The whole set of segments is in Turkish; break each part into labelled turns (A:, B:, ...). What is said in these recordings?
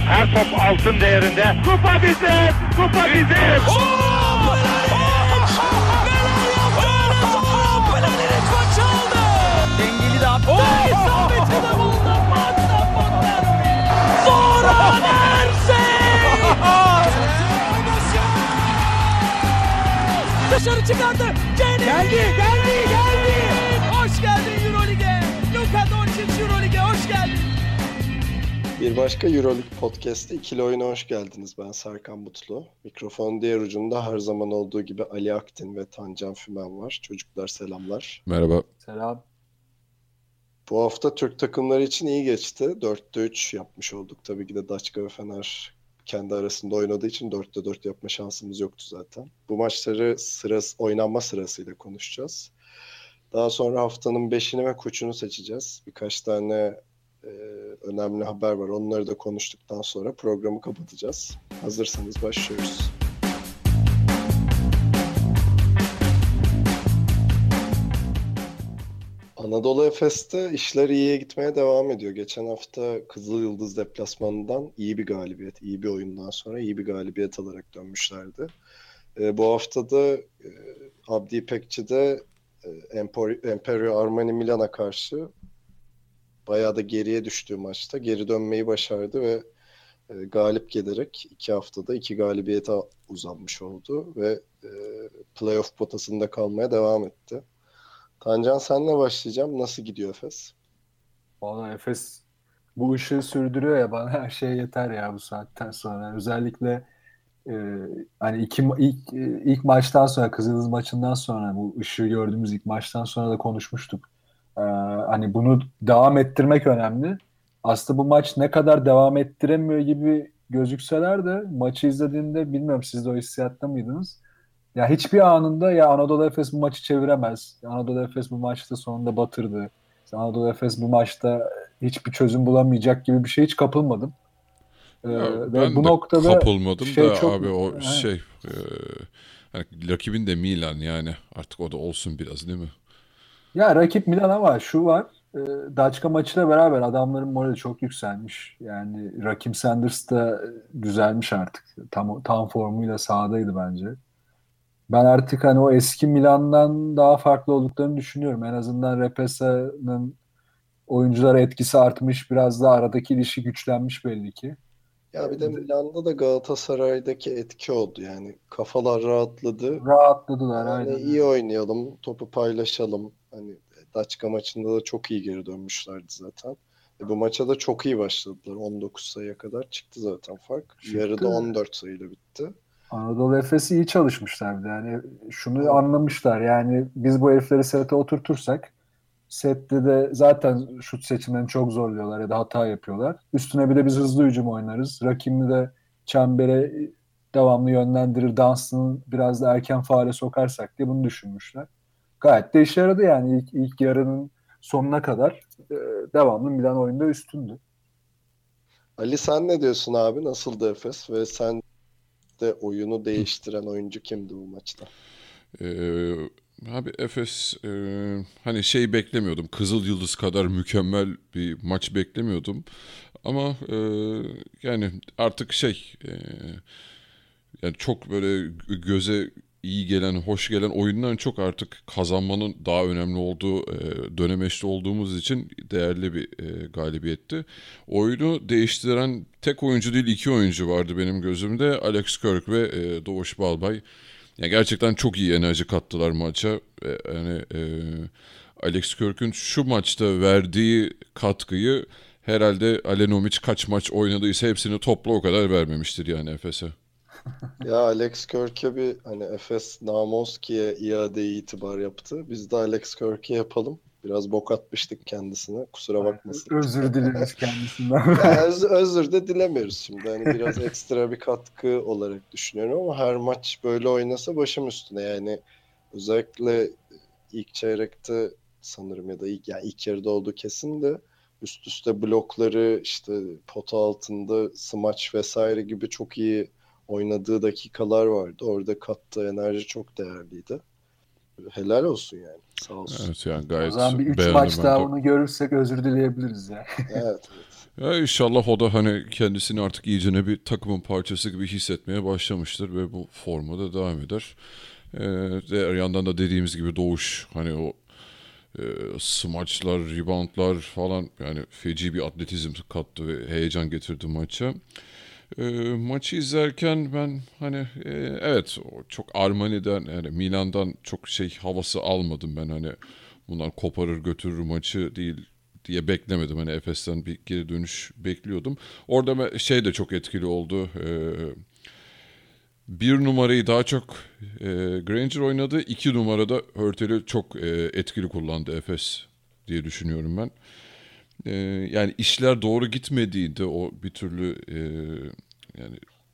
A: Her top altın değerinde. Kupa bizim, kupa bizim.
B: Mihailovic maçı aldı. Dengeli de attı. İsabeti de buldu. Zoran Ersin. Dışarı çıkardı. Geldi. Hoş geldin Euroleague'e. Luka Doncic Euroleague'e hoş geldin.
C: Bir başka Euroleague Podcast'te ikili oyuna hoş geldiniz. Ben Serkan Mutlu. Mikrofonun diğer ucunda her zaman olduğu gibi Ali Aktin ve Tancan Fümen var. Çocuklar selamlar.
D: Merhaba.
E: Selam.
C: Bu hafta Türk takımları için iyi geçti. 4'te 3 yapmış olduk. Tabii ki de Daçka ve Fener kendi arasında oynadığı için 4'te 4 yapma şansımız yoktu zaten. Bu maçları oynanma sırasıyla konuşacağız. Daha sonra haftanın 5'ini ve koçunu seçeceğiz. Birkaç tane önemli haber var. Onları da konuştuktan sonra programı kapatacağız. Hazırsanız başlıyoruz. Anadolu Efes'te işler iyiye gitmeye devam ediyor. Geçen hafta Kızılyıldız deplasmanından iyi bir galibiyet, iyi bir oyundan sonra iyi bir galibiyet alarak dönmüşlerdi. Bu hafta da Abdi İpekçi'de Emporio Armani Milan'a karşı bayağı da geriye düştüğü maçta geri dönmeyi başardı ve galip gelerek 2 haftada 2 galibiyete uzanmış oldu ve playoff potasında kalmaya devam etti. Tancan senle başlayacağım. Nasıl gidiyor Efes?
E: Valla Efes bu ışığı sürdürüyor ya, bana her şey yeter ya bu saatten sonra. Özellikle hani ilk maçtan sonra, Kızıldız maçından sonra, bu ışığı gördüğümüz ilk maçtan sonra da konuşmuştuk. Hani bunu devam ettirmek önemli. Aslında bu maç ne kadar devam ettiremiyor gibi gözükseler de maçı izlediğinde, bilmiyorum siz de o hissiyatta mıydınız? Ya hiçbir anında ya Anadolu Efes bu maçı çeviremez, ya Anadolu Efes bu maçta sonunda batırdı, İşte Anadolu Efes bu maçta hiçbir çözüm bulamayacak gibi bir şey hiç kapılmadım.
D: Ya
E: Ve
D: ben
E: bu
D: de
E: noktada
D: kapılmadım da
E: çok,
D: abi o
E: evet.
D: hani rakibin de Milan, yani artık o da olsun biraz, değil mi?
E: Ya rakip Milan ama şu var. Daçka maçıyla beraber adamların morali çok yükselmiş. Yani Rakim Sanders da düzelmiş artık. Tam formuyla sahadaydı bence. Ben artık hani o eski Milan'dan daha farklı olduklarını düşünüyorum. En azından Repesa'nın oyunculara etkisi artmış. Biraz da aradaki ilişki güçlenmiş belli ki.
C: Ya bir de Milan'da da Galatasaray'daki etki oldu. Yani kafalar rahatladı.
E: Rahatladılar
C: Yani
E: aynen
C: iyi
E: öyle.
C: oynayalım, topu paylaşalım. Hani Daçka maçında da çok iyi geri dönmüşlerdi zaten. Bu maça da çok iyi başladılar. 19 sayıya kadar çıktı zaten fark. Yarıda
E: Çıktı.
C: 14 sayıyla bitti.
E: Anadolu Efes'i iyi çalışmışlar bir de. Yani şunu
C: Evet.
E: anlamışlar. Yani biz bu herifleri sete oturtursak, sette de zaten şut seçimlerini çok zorluyorlar ya da hata yapıyorlar. Üstüne bir de biz hızlı hücum oynarız. Rakibini de çembere devamlı yönlendirir. Dansını biraz da erken faale sokarsak diye bunu düşünmüşler. Gayet de işe yaradı yani. İlk yarının sonuna kadar devamlı Milan oyunda üstündü.
C: Ali sen ne diyorsun abi? Nasıldı Efes? Ve sen de oyunu değiştiren oyuncu kimdi bu maçta?
D: Ee, Abi Efes, hani şey beklemiyordum. Kızıl Yıldız kadar mükemmel bir maç beklemiyordum. Ama yani artık yani çok böyle göze iyi gelen, hoş gelen oyundan çok artık kazanmanın daha önemli olduğu dönemeçte olduğumuz için değerli bir galibiyetti. Oyunu değiştiren tek oyuncu değil, iki oyuncu vardı benim gözümde. Alex Kirk ve Doğuş Balbay. Ya gerçekten çok iyi enerji kattılar maça. Yani Alex Kirk'ün şu maçta verdiği katkıyı herhalde Alenomic kaç maç oynadıysa hepsini topla o kadar vermemiştir yani Efes'e.
C: Ya Alex Kirk'e bir hani Efes Namoski'ye iade itibar yaptı. Biz de Alex Kirk'e yapalım. Biraz bok atmıştık kendisine. Kusura bakmasın.
E: Özür dileriz kendisinden.
C: Ya özür de dilemiyoruz şimdi. Hani biraz ekstra bir katkı olarak düşünüyorum ama her maç böyle oynasa başım üstüne. Yani özellikle ilk çeyrekte sanırım ya da ilk yarıda olduğu kesin de üst üste blokları işte pota altında smaç vesaire gibi çok iyi oynadığı dakikalar vardı. Orada kattığı enerji çok değerliydi. Helal olsun yani. Sağ olsun.
D: Evet, yani
E: O
D: gayet
E: zaman bir 3
D: beğendim
E: maç
D: ben
E: daha
D: de.
E: onu görürsek özür dileyebiliriz ya.
C: Evet, evet.
D: Ya inşallah o da hani kendisini artık iyicene bir takımın parçası gibi hissetmeye başlamıştır ve bu formada devam eder. Diğer yandan da dediğimiz gibi Doğuş hani o e, smaçlar, reboundlar falan yani feci bir atletizm kattı ve heyecan getirdi maça. Maçı izlerken ben hani evet çok Armani'den yani Milan'dan çok şey havası almadım ben hani bunlar koparır götürür maçı değil diye beklemedim. Hani Efes'ten bir geri dönüş bekliyordum. Orada şey de çok etkili oldu. Bir numarayı daha çok Granger oynadı. 2 numarada Hurtel'i çok etkili kullandı Efes diye düşünüyorum ben. Yani işler doğru gitmediğinde o bir türlü yani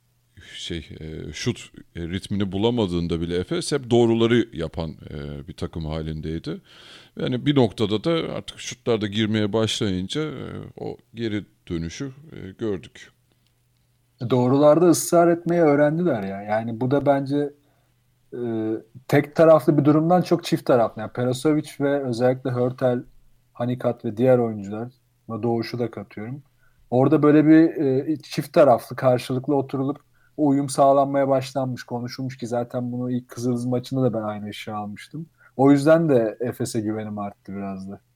D: şut ritmini bulamadığında bile Efes hep doğruları yapan bir takım halindeydi. Yani bir noktada da artık şutlar da girmeye başlayınca o geri dönüşü gördük.
E: Doğrularda ısrar etmeyi öğrendiler ya. Yani bu da bence e, tek taraflı bir durumdan çok çift taraflı. Yani Perasovic ve özellikle Hurtel, Hanikat ve diğer oyuncular, Doğuş'u da katıyorum. Orada böyle bir çift taraflı karşılıklı oturulup o uyum sağlanmaya başlanmış, konuşulmuş ki zaten bunu ilk Kızıldız maçında da ben aynı işi almıştım. O yüzden de Efes'e güvenim arttı biraz da.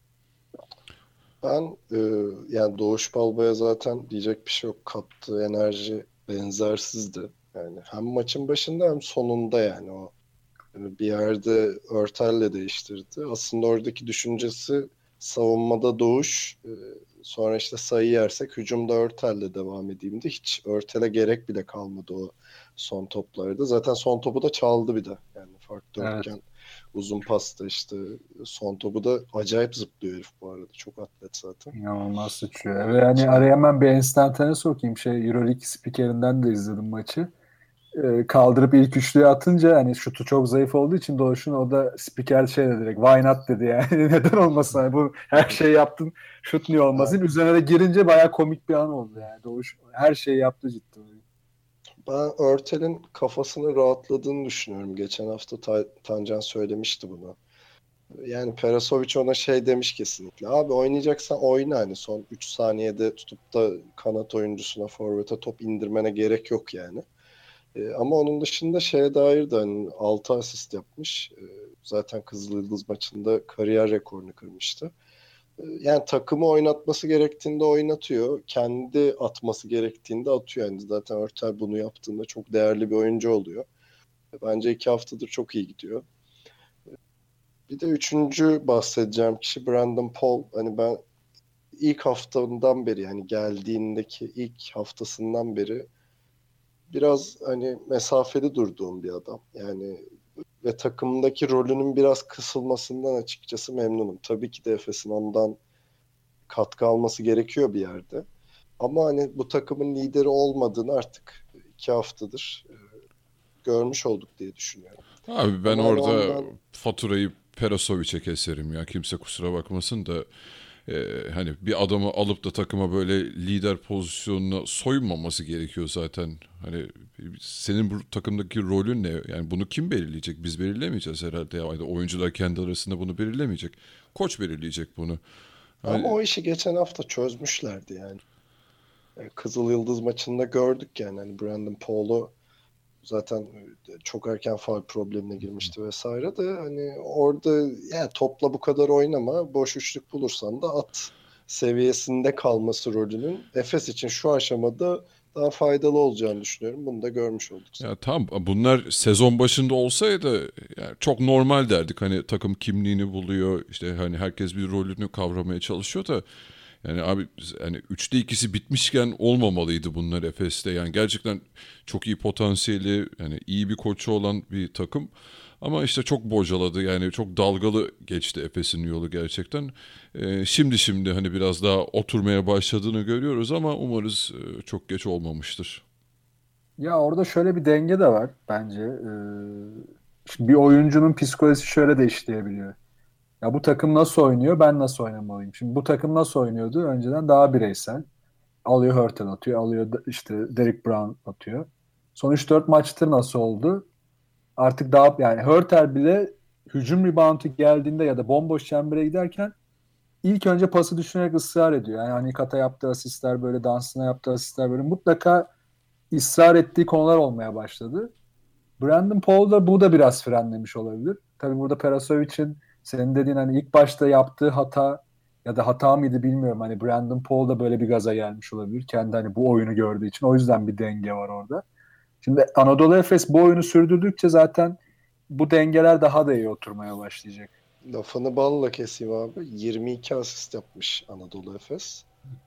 C: Ben yani Doğuş Balba'ya zaten diyecek bir şey yok. Kattığı enerji benzersizdi. Yani hem maçın başında hem sonunda yani o bir yerde Örtel'le değiştirdi. Aslında oradaki düşüncesi savunmada Doğuş, sonra işte sayı yersek hücumda Örtel'le devam edeyimdi. Hiç Örtel'e gerek bile kalmadı o son toplarda. Zaten son topu da çaldı bir de. Yani fark
E: Evet.
C: dörtgen uzun pasta işte son topu da acayip zıplıyor herif bu arada. Çok atlet zaten.
E: İnanılmaz sıçıyor. Ve yani araya hemen bir enstantane sokayım. Euroleague spikerinden de izledim maçı. Kaldırıp ilk üçlüye atınca hani şutu çok zayıf olduğu için Doğuş'un o da spiker şey dedi direkt why not dedi yani neden olmasın hani bu her şey yaptın şut niye olmasın
C: Evet.
E: üzerine de girince bayağı komik bir an oldu yani Doğuş her şeyi yaptı cidden.
C: Ben Örtel'in kafasını rahatladığını düşünüyorum. Geçen hafta Tancan söylemişti bunu. Yani Perasovic ona şey demiş kesinlikle. Abi oynayacaksan oyna hani son 3 saniyede tutup da kanat oyuncusuna, forvete top indirmene gerek yok yani. Ama onun dışında şeye dair de hani 6 asist yapmış. Zaten Kızılyıldız maçında kariyer rekorunu kırmıştı. Yani takımı oynatması gerektiğinde oynatıyor. Kendi atması gerektiğinde atıyor. Yani zaten Örtel bunu yaptığında çok değerli bir oyuncu oluyor. Bence 2 haftadır çok iyi gidiyor. Bir de üçüncü bahsedeceğim kişi Brandon Paul. Hani ben ilk haftandan beri yani geldiğindeki ilk haftasından beri biraz hani mesafeli durduğum bir adam. Yani ve takımdaki rolünün biraz kısılmasından açıkçası memnunum. Tabii ki de Efes'in ondan katkı alması gerekiyor bir yerde. Ama hani bu takımın lideri olmadığını artık 2 haftadır görmüş olduk diye düşünüyorum.
D: Abi ben
C: Ama hani
D: orada
C: ondan
D: faturayı Perasovic'e keserim ya. Kimse kusura bakmasın da hani bir adamı alıp da takıma böyle lider pozisyonuna soyunmaması gerekiyor zaten. Hani senin bu takımdaki rolün ne? Yani bunu kim belirleyecek? Biz belirlemeyeceğiz herhalde. Ya da oyuncular kendi arasında bunu belirlemeyecek. Koç belirleyecek bunu.
C: ama
D: Hani
C: o işi geçen hafta çözmüşlerdi yani. Kızıl Yıldız maçında gördük yani hani Brandon Paul'u zaten çok erken faul problemine girmişti vesaire de hani orada yani topla bu kadar oynama boş üçlük bulursan da at seviyesinde kalması rolünün Efes için şu aşamada daha faydalı olacağını düşünüyorum. Bunu da görmüş olduk
D: ya
C: zaten.
D: tam bunlar sezon başında olsaydı yani çok normal derdik. Hani takım kimliğini buluyor. İşte hani herkes bir rolünü kavramaya çalışıyor da yani abi hani 3'te 2'si bitmişken olmamalıydı bunlar Efes'te. Yani gerçekten çok iyi potansiyeli yani iyi bir koçu olan bir takım. Ama işte çok bocaladı yani çok dalgalı geçti Efes'in yolu gerçekten. Şimdi hani biraz daha oturmaya başladığını görüyoruz ama umarız çok geç olmamıştır.
E: Ya orada şöyle bir denge de var bence. Şimdi bir oyuncunun psikolojisi şöyle de işleyebiliyor. Ya bu takım nasıl oynuyor, ben nasıl oynamalıyım? Şimdi bu takım nasıl oynuyordu? Önceden daha bireysel. Alıyor Hurtel atıyor, alıyor işte Derrick Brown atıyor. Son 3-4 maçtır nasıl oldu? Artık daha yani Hurtel bile hücum reboundu geldiğinde ya da bomboş çembere giderken ilk önce pası düşünerek ısrar ediyor. Yani hani Kata yaptığı asistler böyle, Dunstan'a yaptığı asistler böyle mutlaka ısrar ettiği konular olmaya başladı. Brandon Paul'da bu da biraz frenlemiş olabilir. Tabii burada Perasovic'in senin dediğin hani ilk başta yaptığı hata ya da hata mıydı bilmiyorum. Hani Brandon Paul da böyle bir gaza gelmiş olabilir. Kendi hani bu oyunu gördüğü için. O yüzden bir denge var orada. Şimdi Anadolu Efes bu oyunu sürdürdükçe zaten bu dengeler daha da iyi oturmaya başlayacak.
C: Lafını balla keseyim abi. 22 asist yapmış Anadolu Efes.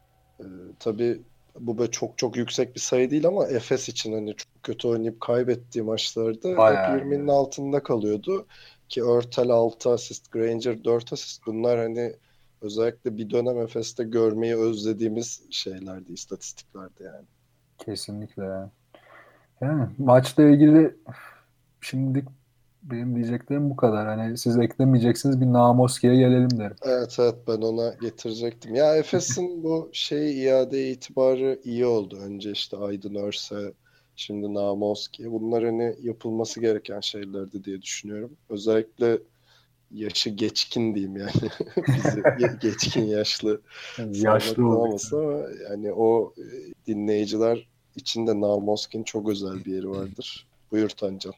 C: Tabii bu böyle çok çok yüksek bir sayı değil ama Efes için hani çok kötü oynayıp kaybettiği maçlarda hep
E: Bayağı
C: 20'nin
E: iyi.
C: altında kalıyordu. Ki Örtel 6 asist, Granger 4 asist. Bunlar hani özellikle bir dönem Efes'te görmeyi özlediğimiz şeylerdi, istatistiklerdi yani.
E: Kesinlikle yani. Yani maçla ilgili şimdilik benim diyeceklerim bu kadar. Hani siz eklemeyeceksiniz, bir Namoski'ye gelelim derim.
C: Evet evet, ben ona getirecektim. Ya Efes'in bu iade itibarı iyi oldu. Önce işte Aydın Örse, şimdi Namoski. Bunlar hani yapılması gereken şeylerdi diye düşünüyorum. Özellikle yaşı geçkin diyeyim yani. Bizi geçkin yaşlı
E: Yaşlı
C: saymaktan
E: olduk.
C: olmasın ama yani o dinleyiciler için de Namoski'nin çok özel bir yeri vardır. Buyur Tancan.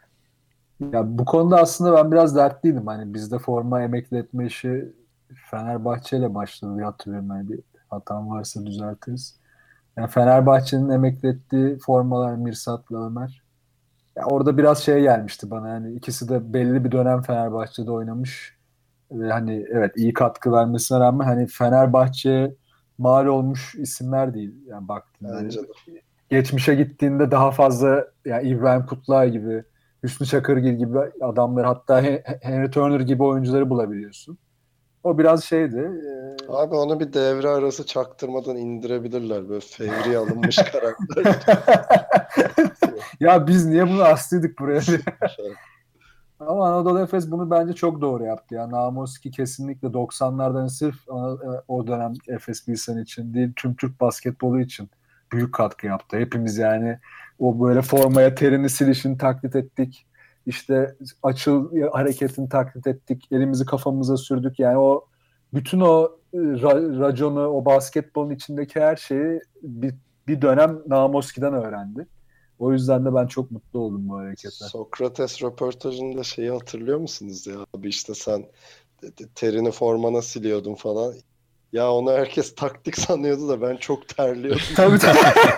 E: Ya bu konuda aslında ben biraz dertliydim. Hani bizde forma emekli etme işi Fenerbahçe ile başladı diye hatırlıyorum. Yani bir hatam varsa düzeltiriz. Yani Fenerbahçe'nin emekli ettiği formalar Mirsat'la Ömer. Ya orada biraz şey gelmişti bana. Yani ikisi de belli bir dönem Fenerbahçe'de oynamış. Ve hani evet iyi katkı vermesine rağmen hani Fenerbahçe'ye mal olmuş isimler değil. Yani baktığında hani
C: Bence de.
E: geçmişe gittiğinde daha fazla yani İbrahim Kutlay gibi, Hüsnü Çakırgil gibi adamlar, hatta Henry Turner gibi oyuncuları bulabiliyorsun. O biraz şeydi.
C: Abi onu bir devre arası çaktırmadan indirebilirler. Böyle fevri alınmış karakterler.
E: Ya biz niye bunu astıydık buraya diye. Ama Anadolu Efes bunu bence çok doğru yaptı. Ya Namoski kesinlikle 90'lardan sırf o dönem Efes Pilsen için değil, tüm Türk basketbolu için büyük katkı yaptı. Hepimiz yani o böyle formaya terini silişini taklit ettik. İşte açıl hareketini taklit ettik. Elimizi kafamıza sürdük. Yani o bütün o raconu, o basketbolun içindeki her şeyi bir dönem Namoski'den öğrendi. O yüzden de ben çok mutlu oldum bu harekete.
C: Sokrates röportajında şeyi hatırlıyor musunuz ya? Abi işte sen terini formana siliyordun falan. Ya onu herkes taktik sanıyordu da ben çok terliyordum.
E: Tabii tabii.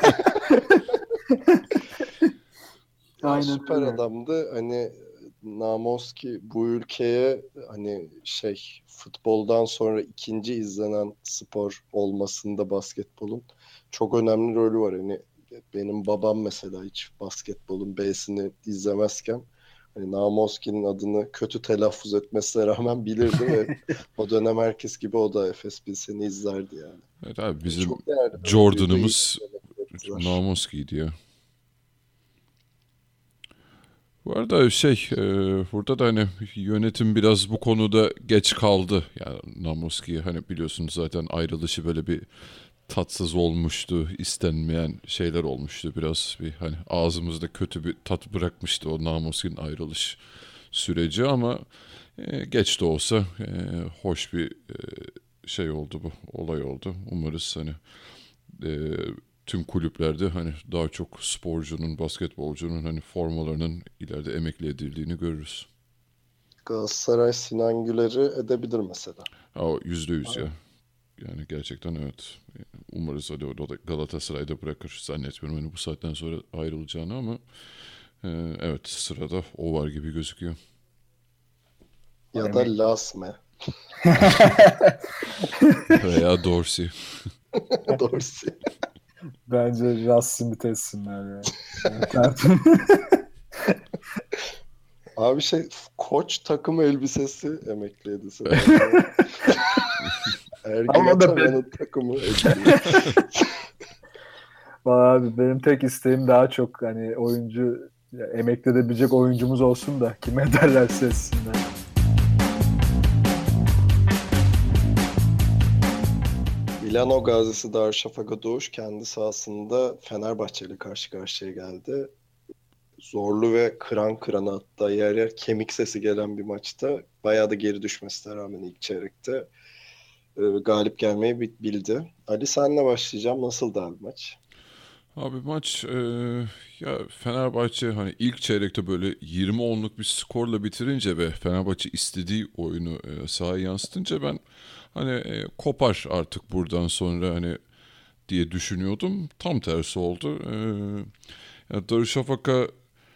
C: Ya
E: Aynen
C: süper
E: öyle.
C: adamdı. Hani Namoski bu ülkeye hani futboldan sonra ikinci izlenen spor olmasında basketbolun çok önemli rolü var. Hani benim babam mesela hiç basketbolun B'sini izlemezken hani Namoski'nin adını kötü telaffuz etmesine rağmen bilirdi ve o dönem herkes gibi o da Efes Pilsen'i izlerdi yani.
D: Evet abi,
C: Yani
D: bizim
C: çok değerli bir oyuncuydu. İyi
D: Jordan'ımız
C: bir ettiler.
D: Namoski'ydi ya. Bu arada burada da hani yönetim biraz bu konuda geç kaldı. Yani Namoski hani biliyorsunuz zaten ayrılışı böyle bir tatsız olmuştu. İstenmeyen şeyler olmuştu. Biraz bir hani ağzımızda kötü bir tat bırakmıştı o Namoski'nin ayrılış süreci ama geç de olsa hoş bir şey oldu bu. Olay oldu. Umarız hani e, tüm kulüplerde hani daha çok sporcunun, basketbolcunun hani formalarının ileride emekli edildiğini görürüz.
C: Galatasaray Sinan Güler'i edebilir mesela.
D: O %100 ya. Yani gerçekten evet. Umarız hadi o da Galatasaray'da bırakır. Zannetmiyorum hani bu saatten sonra ayrılacağını ama evet, sırada o var gibi gözüküyor.
C: Ya da Lasme.
D: Veya Dorsey.
C: Dorsey.
E: Bence Russ Smith etsinler ya.
C: Abi koç takım elbisesi emekli edilse. Ergin
E: Ama da
C: Ataman'ın takımı ediliyor.
E: abi benim tek isteğim daha çok hani oyuncu ya, emekli edebilecek oyuncumuz olsun da kime ederlerse etsinler.
C: Milano gazisi Darüşşafaka Doğuş kendi sahasında Fenerbahçe ile karşı karşıya geldi. Zorlu ve kıran kırana, hatta yer yer kemik sesi gelen bir maçta bayağı da geri düşmesine rağmen ilk çeyrekte galip gelmeyi bildi. Ali senle başlayacağım. Nasıldı abi maç?
D: Abi maç ya Fenerbahçe hani ilk çeyrekte böyle 20-10'luk bir skorla bitirince ve Fenerbahçe istediği oyunu sahaya yansıtınca ben hani kopar artık buradan sonra hani diye düşünüyordum. Tam tersi oldu. Ya Darüşşafaka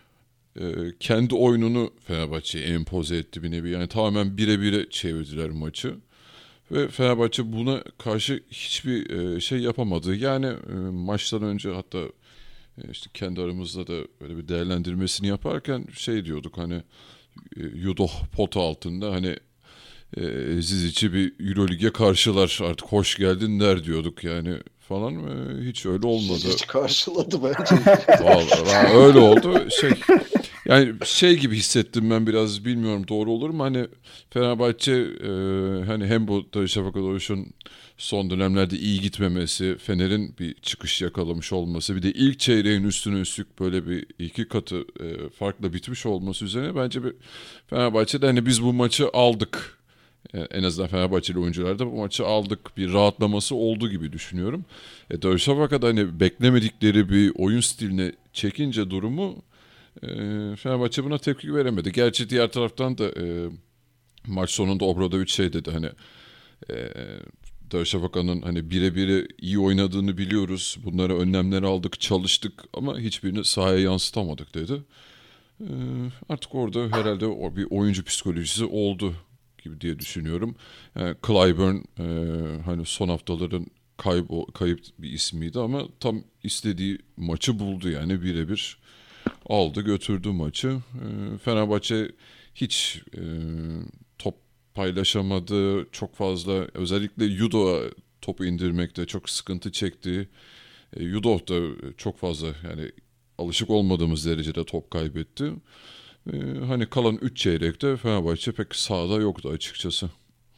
D: kendi oyununu Fenerbahçe'ye empoze etti bir nevi. Yani tamamen bire bire çevirdiler maçı. Ve Fenerbahçe buna karşı hiçbir şey yapamadı. Yani maçtan önce hatta işte kendi aramızda da böyle bir değerlendirmesini yaparken şey diyorduk hani Yudoh pota altında hani Zizic'i bir Eurolig'e karşılar artık hoş geldin der diyorduk yani falan. Hiç öyle olmadı.
C: Hiç karşıladı bence.
D: Vallahi öyle oldu. Yani şey gibi hissettim ben biraz bilmiyorum doğru olur mu? Hani Fenerbahçe hani hem bu Darüşşafaka Doğuş'un son dönemlerde iyi gitmemesi, Fener'in bir çıkış yakalamış olması, bir de ilk çeyreğin üstüne üstlük böyle bir iki katı farkla bitmiş olması üzerine bence bir Fenerbahçe'de hani biz bu maçı aldık. En azından Fenerbahçeli oyuncular da bu maçı aldık bir rahatlaması oldu gibi düşünüyorum. Darüşşafaka'da hani beklemedikleri bir oyun stiline çekince durumu Fenerbahçe buna tepki veremedi. Gerçi diğer taraftan da maç sonunda Obradovic şey dedi hani e, Darüşşafaka'nın hani bire iyi oynadığını biliyoruz. Bunlara önlemler aldık, çalıştık ama hiçbirini sahaya yansıtamadık dedi. Artık orada herhalde bir oyuncu psikolojisi oldu gibi diye düşünüyorum. Yani Clyburn hani son haftaların kayıp bir ismiydi ama tam istediği maçı buldu yani birebir aldı götürdü maçı. Fenerbahçe hiç top paylaşamadı çok fazla özellikle Yudo'a topu indirmekte çok sıkıntı çekti. Yudo da çok fazla yani alışık olmadığımız derecede top kaybetti. Hani kalan 3 çeyrekte Fenerbahçe pek sahada yoktu açıkçası.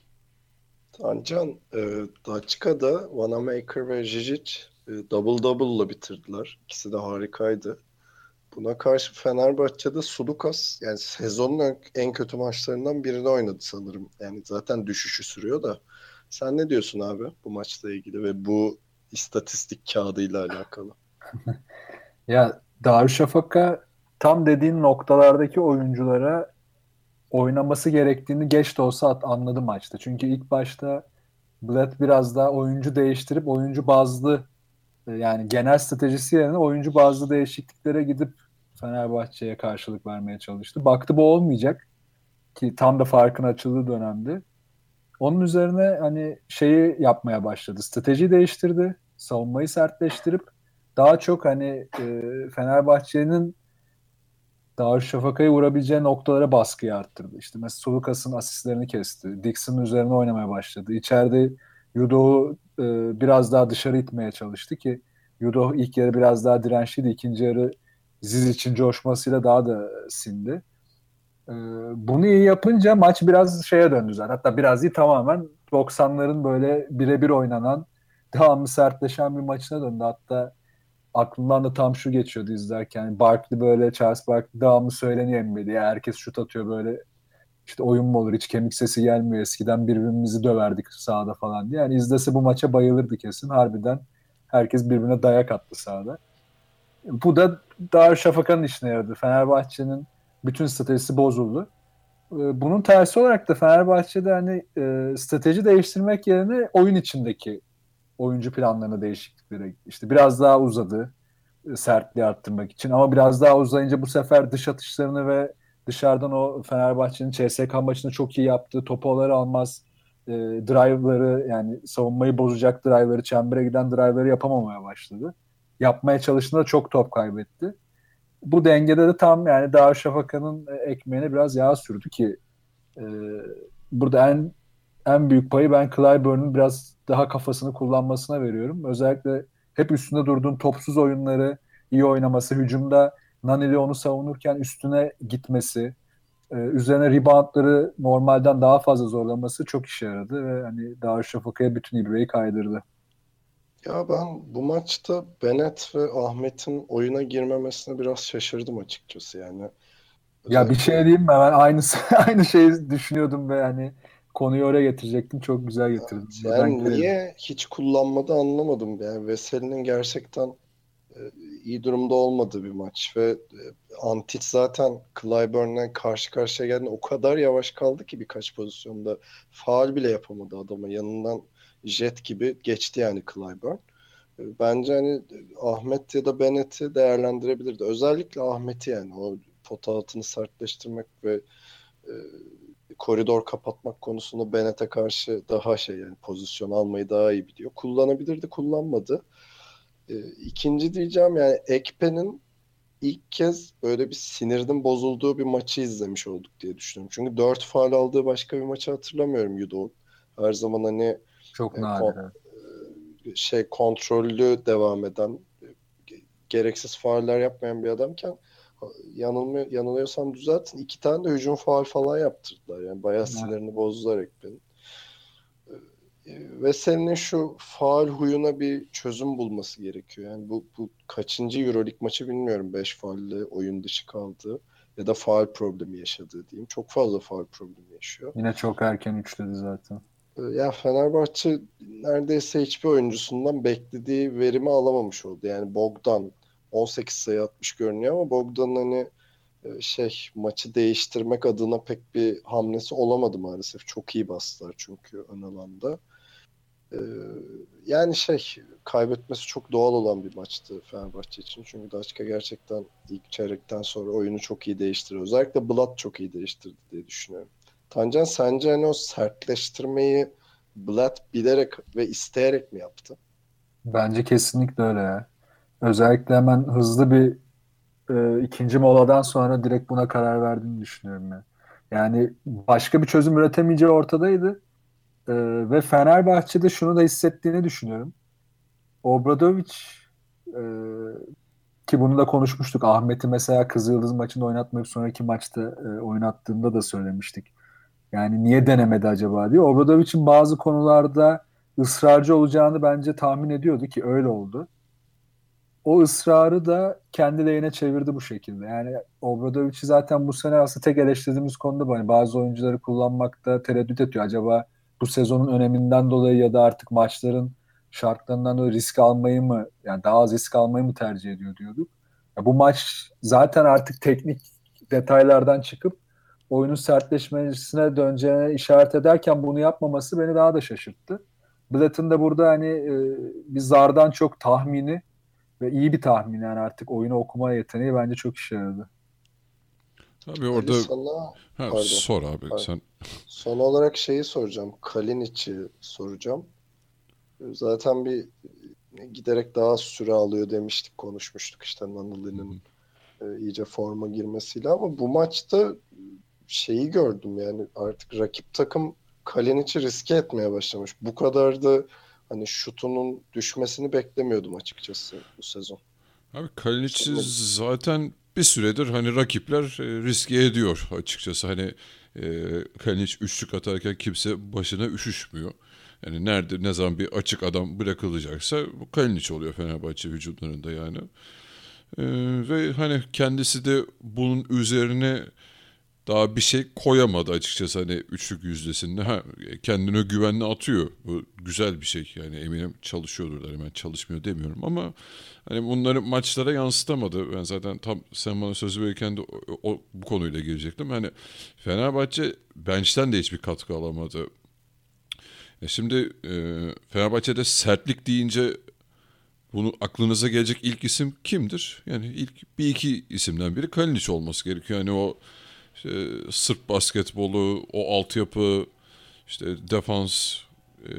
C: Tancan, Daçka'da Vanamaker ve Žižić double double'la bitirdiler. İkisi de harikaydı. Buna karşı Fenerbahçe'de Sulukas yani sezonun en kötü maçlarından birini oynadı sanırım. Yani zaten düşüşü sürüyor da. Sen ne diyorsun abi bu maçla ilgili ve bu istatistik kağıdıyla alakalı?
E: Ya Darüşşafaka tam dediğin noktalardaki oyunculara oynaması gerektiğini geç de olsa anladı maçta. Çünkü ilk başta Bled biraz daha oyuncu değiştirip oyuncu bazlı yani genel stratejisi yerine oyuncu bazlı değişikliklere gidip Fenerbahçe'ye karşılık vermeye çalıştı. Baktı bu olmayacak ki tam da farkın açıldığı dönemde. Onun üzerine hani şeyi yapmaya başladı. Strateji değiştirdi. Savunmayı sertleştirip daha çok hani Fenerbahçe'nin Darüşşafaka'yı vurabileceği noktalara baskıyı arttırdı. İşte mesela Sulukas'ın asistlerini kesti. Dixon'ın üzerine oynamaya başladı. İçeride Yudoh'u biraz daha dışarı itmeye çalıştı ki Yudoh ilk yarı biraz daha dirençliydi. İkinci yarı Zizic'in coşmasıyla daha da sindi. E, Bunu iyi yapınca maç biraz şeye döndü zaten. Hatta biraz değil tamamen 90'ların böyle birebir oynanan devamlı sertleşen bir maçına döndü. Hatta aklımdan da tam şu geçiyordu izlerken. Barkley böyle Charles Barkley devamlı söyleniyor NBA'de. Herkes şut atıyor böyle. İşte oyun mu olur hiç kemik sesi gelmiyor. Eskiden birbirimizi döverdik sahada falan diye. Yani izlese bu maça bayılırdı kesin. Harbiden herkes birbirine dayak attı sahada. Bu da Darüşşafaka'nın işine yaradı. Fenerbahçe'nin bütün stratejisi bozuldu. Bunun tersi olarak da Fenerbahçe'de hani strateji değiştirmek yerine oyun içindeki oyuncu planlarına değişikliklere gitti. İşte biraz daha uzadı sertliği arttırmak için ama biraz daha uzayınca bu sefer dış atışlarını ve dışarıdan o Fenerbahçe'nin CSKA maçında çok iyi yaptığı topu alır almaz drive'ları yani savunmayı bozacak drive'ları, çembere giden drive'ları yapamamaya başladı. Yapmaya çalıştığında çok top kaybetti. Bu dengede de tam yani Darüşşafaka'nın ekmeğine biraz yağ sürdü ki e, burada en büyük payı ben Clyburn'un biraz daha kafasını kullanmasına veriyorum. Özellikle hep üstünde durduğun topsuz oyunları iyi oynaması, hücumda Naneli onu savunurken üstüne gitmesi, üzerine reboundları normalden daha fazla zorlaması çok işe yaradı ve hani Darüşşafaka'ya bütün ibreyi kaydırdı.
C: Ya ben bu maçta Bennett ve Ahmet'in oyuna girmemesine biraz şaşırdım açıkçası yani.
E: Ya bir
C: Özellikle
E: şey diyeyim mi? Ben aynı şeyi düşünüyordum ve hani konuyu oraya getirecektim. Çok güzel getirdin. Buradan
C: Yani
E: girelim.
C: niye hiç kullanmadı anlamadım. Yani Veseli'nin gerçekten iyi durumda olmadığı bir maç ve Antic zaten Clyburn'la karşı karşıya geldiğinde o kadar yavaş kaldı ki birkaç pozisyonda faul bile yapamadı adama. Yanından jet gibi geçti yani Clyburn. Bence hani Ahmet ya da Bennett'i değerlendirebilirdi. Özellikle Ahmet'i yani o pota altını sertleştirmek ve e, koridor kapatmak konusunda Bennett'e karşı daha yani pozisyon almayı daha iyi biliyor. Kullanabilirdi, kullanmadı. İkinci diyeceğim yani Ekpe'nin ilk kez böyle bir sinirinin bozulduğu bir maçı izlemiş olduk diye düşünüyorum. Çünkü 4 faul aldığı başka bir maçı hatırlamıyorum Yudo'nun. Her zaman hani
E: Çok
C: e,
E: nadir.
C: kon- kontrollü devam eden, gereksiz fauller yapmayan bir adamken yanılıyorsam düzeltin. 2 tane de hücum faul falan yaptırdılar. Yani bayağı
E: Evet.
C: sinirini bozdular Ekpe'nin. Ve senin şu faul huyuna bir çözüm bulması gerekiyor. Yani bu kaçıncı Euroleague maçı bilmiyorum. 5 faulle oyun dışı kaldığı ya da faul problemi yaşadığı diyeyim. Çok fazla faul problemi yaşıyor.
E: Yine çok erken üçledi zaten.
C: Ya Fenerbahçe neredeyse hiçbir oyuncusundan beklediği verimi alamamış oldu. Yani Bogdan 18 sayı atmış görünüyor ama Bogdan'ın hani maçı değiştirmek adına pek bir hamlesi olamadı maalesef. Çok iyi bastılar çünkü ön alanda. Ee, yani kaybetmesi çok doğal olan bir maçtı Fenerbahçe için. Çünkü Daçka gerçekten ilk çeyrekten sonra oyunu çok iyi değiştiriyor. Özellikle Bulat çok iyi değiştirdi diye düşünüyorum. Tancan sence hani o sertleştirmeyi Bulat bilerek ve isteyerek mi yaptı?
E: Bence kesinlikle öyle ya. Özellikle hemen hızlı bir ikinci moladan sonra direkt buna karar verdiğini düşünüyorum ya. Yani başka bir çözüm üretemeyeceği ortadaydı. E, Ve Fenerbahçe'de şunu da hissettiğini düşünüyorum. Obradovic, e, ki bunu da konuşmuştuk. Ahmet'i mesela Kızıldız maçında oynatmayıp sonraki maçta oynattığında da söylemiştik. Yani niye denemedi acaba diye. Obradovic'in bazı konularda ısrarcı olacağını bence tahmin ediyordu ki öyle oldu. O ısrarı da kendi lehine çevirdi bu şekilde. Yani Obradovic'i zaten bu sene aslında tek eleştirdiğimiz konuda bu. Hani bazı oyuncuları kullanmakta tereddüt ediyor. Acaba bu sezonun öneminden dolayı ya da artık maçların şartlarından dolayı risk almayı mı, yani daha az risk almayı mı tercih ediyor diyorduk. Ya bu maç zaten artık teknik detaylardan çıkıp oyunun sertleşmesine döneceğine işaret ederken bunu yapmaması beni daha da şaşırttı. Blatt'ın da burada hani bir zardan çok tahmini ve iyi bir tahmin, yani artık oyunu okuma yeteneği bence çok işe yaradı.
D: Tabii
C: Ali
D: orada
C: sana pardon.
D: sor abi
C: Pardon.
D: sen.
C: Son olarak şeyi soracağım. Kalinic'i soracağım. Zaten bir giderek daha süre alıyor demiştik, konuşmuştuk işte Nani'nin iyice forma girmesiyle ama bu maçta şeyi gördüm yani artık rakip takım Kalinic'i riske etmeye başlamış. Bu kadar da hani şutunun düşmesini beklemiyordum açıkçası bu sezon.
D: Abi Kalinic'i
C: Senin
D: zaten bir süredir hani rakipler riske ediyor açıkçası. Hani Kalinic üçlük atarken kimse başına üşüşmüyor. Yani nerede ne zaman bir açık adam bırakılacaksa bu Kalinic oluyor Fenerbahçe hücumlarında yani. Ve hani kendisi de bunun üzerine daha bir şey koyamadı açıkçası hani üçlük yüzdesinde. Kendine güvenli atıyor. Bu güzel bir şey yani eminim çalışıyordur. Hemen çalışmıyor demiyorum ama hani bunları maçlara yansıtamadı. Ben zaten tam sen bana sözü verirken de bu konuyla girecektim. Hani Fenerbahçe bench'ten de hiçbir katkı alamadı. Şimdi Fenerbahçe'de sertlik deyince bunu aklınıza gelecek ilk isim kimdir? Yani ilk bir iki isimden biri Kalinic olması gerekiyor. Yani o işte Sırp basketbolu, o altyapı, işte defans, e,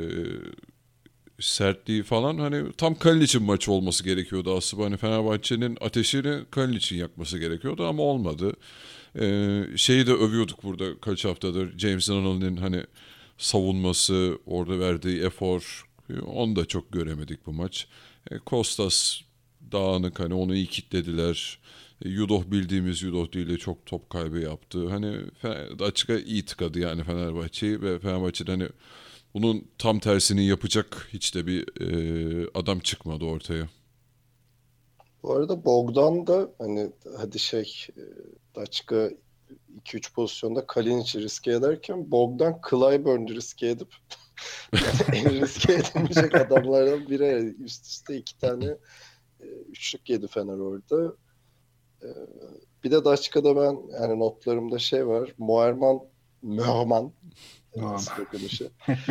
D: sertliği falan hani tam Kalinic'in maçı olması gerekiyordu aslında. Hani Fenerbahçe'nin ateşini Kalinic'in yakması gerekiyordu ama olmadı. Şeyi de övüyorduk burada kaç haftadır. James Nunnally'nin hani savunması, orada verdiği efor. Onu da çok göremedik bu maç. Kostas dağınık hani onu iyi kitlediler. Yudoh bildiğimiz Yudoh değil de çok top kaybı yaptı. Hani açıkça iyi tıkadı yani Fenerbahçe'yi ve Fenerbahçe'den hani bunun tam tersini yapacak hiç de bir adam çıkmadı ortaya.
C: bu arada Bogdan da hani hadi Daçka 2-3 pozisyonda Kalinic'i riske ederken Bogdan Clyburn'u riske edip en riske edilmeyecek adamlardan biri. Üst üste 2 tane üçlük yedi Fener orada. Bir de Daçka'da ben yani notlarımda şey var. Muharman nasıl okunuşu.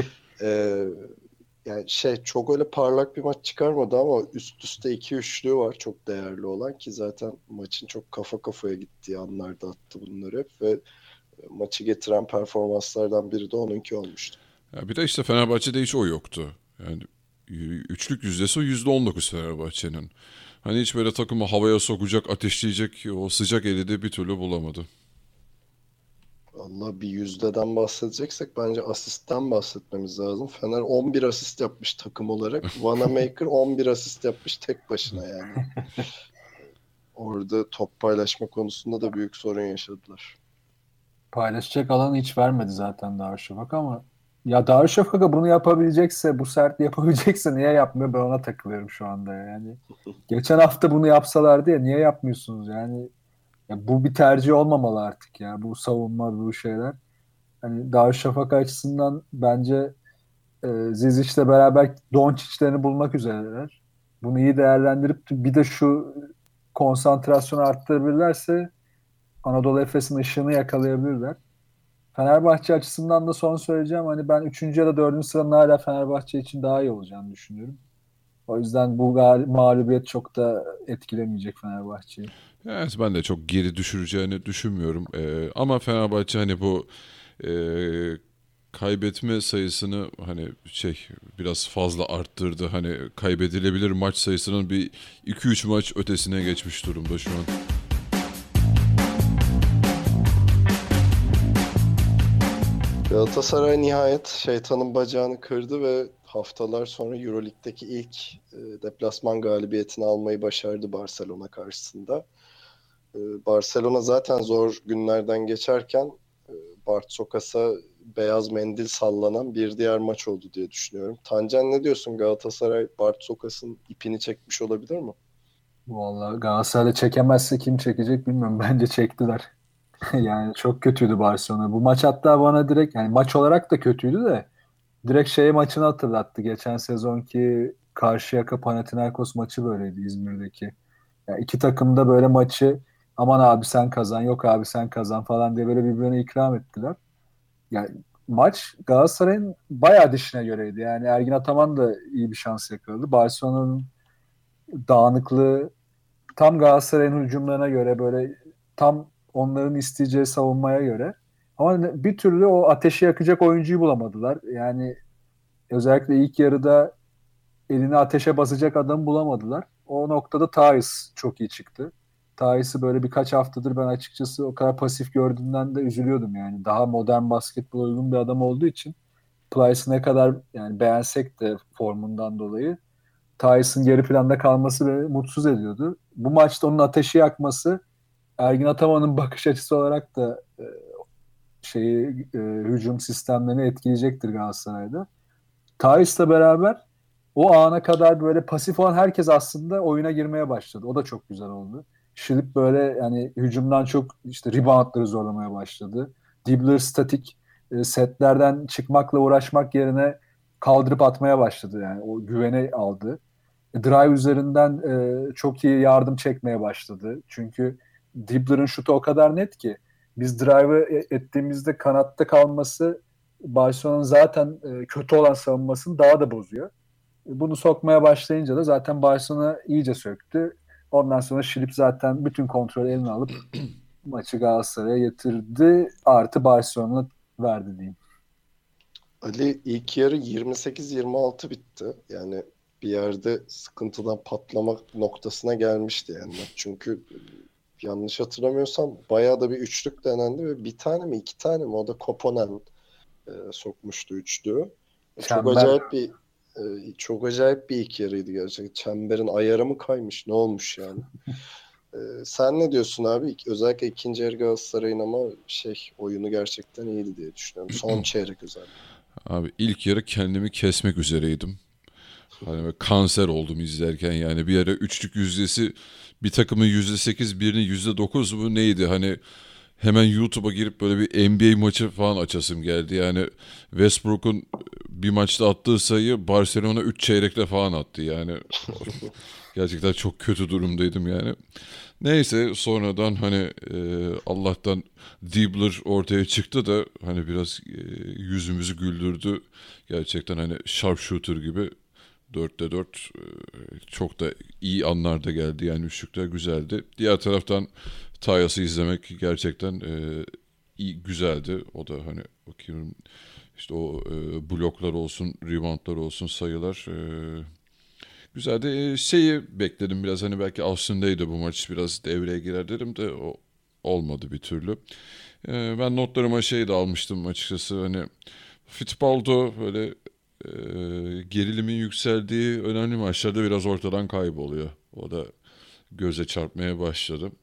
C: Yani çok öyle parlak bir maç çıkarmadı ama üst üste 2 üçlüğü var çok değerli olan ki zaten maçın çok kafa kafaya gittiği anlarda attı bunları hep ve maçı getiren performanslardan biri de onunki olmuştu.
D: Ya bir de işte Fenerbahçe'de hiç o yoktu. Yani üçlük yüzdesi %19 Fenerbahçe'nin. Hani hiç böyle takımı havaya sokacak, ateşleyecek o sıcak eli de bir türlü bulamadı.
C: Vallahi bir yüzdeden bahsedeceksek bence asistten bahsetmemiz lazım. Fener 11 asist yapmış takım olarak. Vanamaker 11 asist yapmış tek başına yani. Orada top paylaşma konusunda da büyük sorun yaşadılar.
E: Paylaşacak alanı hiç vermedi zaten Darüşşafaka ama ya Darüşşafaka bunu yapabilecekse, bu sertliği yapabilecekse niye yapmıyor? Ben ona takılıyorum şu anda yani. Geçen hafta bunu yapsalardı ya niye yapmıyorsunuz yani? Ya bu bir tercih olmamalı artık ya. Bu savunma, bu şeyler. Hani Darüşşafaka açısından bence Zizic'le beraber Doncic'lerini bulmak üzereler. Bunu iyi değerlendirip bir de şu konsantrasyonu arttırabilirlerse Anadolu Efes'in ışığını yakalayabilirler. Fenerbahçe açısından da son söyleyeceğim. Hani ben 3. ya da 4. sıranın hala Fenerbahçe için daha iyi olacağını düşünüyorum. O yüzden bu mağlubiyet çok da etkilemeyecek Fenerbahçe'yi.
D: Evet, ben de çok geri düşüreceğini düşünmüyorum. Ama Fenerbahçe hani bu kaybetme sayısını hani biraz fazla arttırdı. Hani kaybedilebilir maç sayısının bir 2-3 maç ötesine geçmiş durumda şu an.
C: Galatasaray nihayet şeytanın bacağını kırdı ve haftalar sonra Euroleague'deki ilk deplasman galibiyetini almayı başardı Barcelona karşısında. Barcelona zaten zor günlerden geçerken Bart Sokas'a beyaz mendil sallanan bir diğer maç oldu diye düşünüyorum. Tancan ne diyorsun? Galatasaray Bart Sokas'ın ipini çekmiş olabilir mi?
E: Vallahi Galatasaray'da çekemezse kim çekecek bilmiyorum. Bence çektiler. Yani çok kötüydü Barcelona. Bu maç hatta bana direkt yani maç olarak da kötüydü de direkt maçını hatırlattı. Geçen sezonki Karşıyaka Panathinaikos maçı böyleydi İzmir'deki. Yani iki takım da böyle maçı aman abi sen kazan, yok abi sen kazan falan diye böyle birbirine ikram ettiler. Yani maç Galatasaray'ın bayağı dişine göreydi. Yani Ergin Ataman da iyi bir şans yakaladı. Barcelona'nın dağınıklığı tam Galatasaray'ın hücumlarına göre böyle tam onların isteyeceği savunmaya göre. Ama bir türlü o ateşi yakacak oyuncuyu bulamadılar. Yani özellikle ilk yarıda elini ateşe basacak adamı bulamadılar. O noktada Theis çok iyi çıktı. Theis'i böyle birkaç haftadır ben açıkçası o kadar pasif gördüğümden de üzülüyordum yani. Daha modern basketbol uygun bir adam olduğu için Plyce'ı ne kadar yani beğensek de formundan dolayı Theis'in geri planda kalması beni mutsuz ediyordu. Bu maçta onun ateşi yakması Ergin Ataman'ın bakış açısı olarak da hücum sistemlerini etkileyecektir Galatasaray'da. Theis'le beraber o ana kadar böyle pasif olan herkes aslında oyuna girmeye başladı. O da çok güzel oldu. Şilip böyle yani hücumdan çok işte reboundları zorlamaya başladı. Dibbler statik setlerden çıkmakla uğraşmak yerine kaldırıp atmaya başladı. Yani o güveni aldı. Drive üzerinden çok iyi yardım çekmeye başladı. Çünkü Dibbler'ın şutu o kadar net ki biz drive'ı ettiğimizde kanatta kalması Barcelona'nın zaten kötü olan savunmasını daha da bozuyor. Bunu sokmaya başlayınca da zaten Barcelona iyice söktü. Ondan sonra Şilip zaten bütün kontrolü eline alıp maçı Galatasaray'a getirdi. Artı Barcelona verdi diyeyim.
C: Ali ilk yarı 28-26 bitti. Yani bir yerde sıkıntıdan patlamak noktasına gelmişti yani. Çünkü yanlış hatırlamıyorsam bayağı da bir üçlük denendi ve bir tane mi iki tane mi o da Koponen sokmuştu üçlüğü. Çok acayip bir ilk yarıydı gerçekten. Çemberin ayarı mı kaymış? Ne olmuş yani? Sen ne diyorsun abi? Özellikle ikinci yarı Galatasaray'ın ama oyunu gerçekten iyiydi diye düşünüyorum. Son çeyrek özellikle.
D: Abi ilk yarı kendimi kesmek üzereydim. Hani kanser oldum izlerken yani bir ara üçlük yüzdesi bir takımın %8 birinin %9 mu neydi? Hani hemen YouTube'a girip böyle bir NBA maçı falan açasım geldi. Yani Westbrook'un bir maçta attığı sayı Barcelona 3 çeyrekle falan attı. Yani gerçekten çok kötü durumdaydım yani. Neyse sonradan hani Allah'tan Dibbler ortaya çıktı da hani biraz yüzümüzü güldürdü. Gerçekten hani sharpshooter gibi 4'te 4 çok da iyi anlarda geldi. Yani üçlükler güzeldi. Diğer taraftan Tyus'ı izlemek gerçekten iyi güzeldi. O da hani bakıyorum işte o bloklar olsun, reboundlar olsun sayılar güzeldi. Şeyi bekledim biraz hani belki Austin'deydi bu maç biraz devreye girer dedim de o olmadı bir türlü. Ben notlarıma şey de almıştım açıkçası hani Fittipaldo böyle gerilimin yükseldiği önemli maçlarda biraz ortadan kayboluyor. O da göze çarpmaya başladı.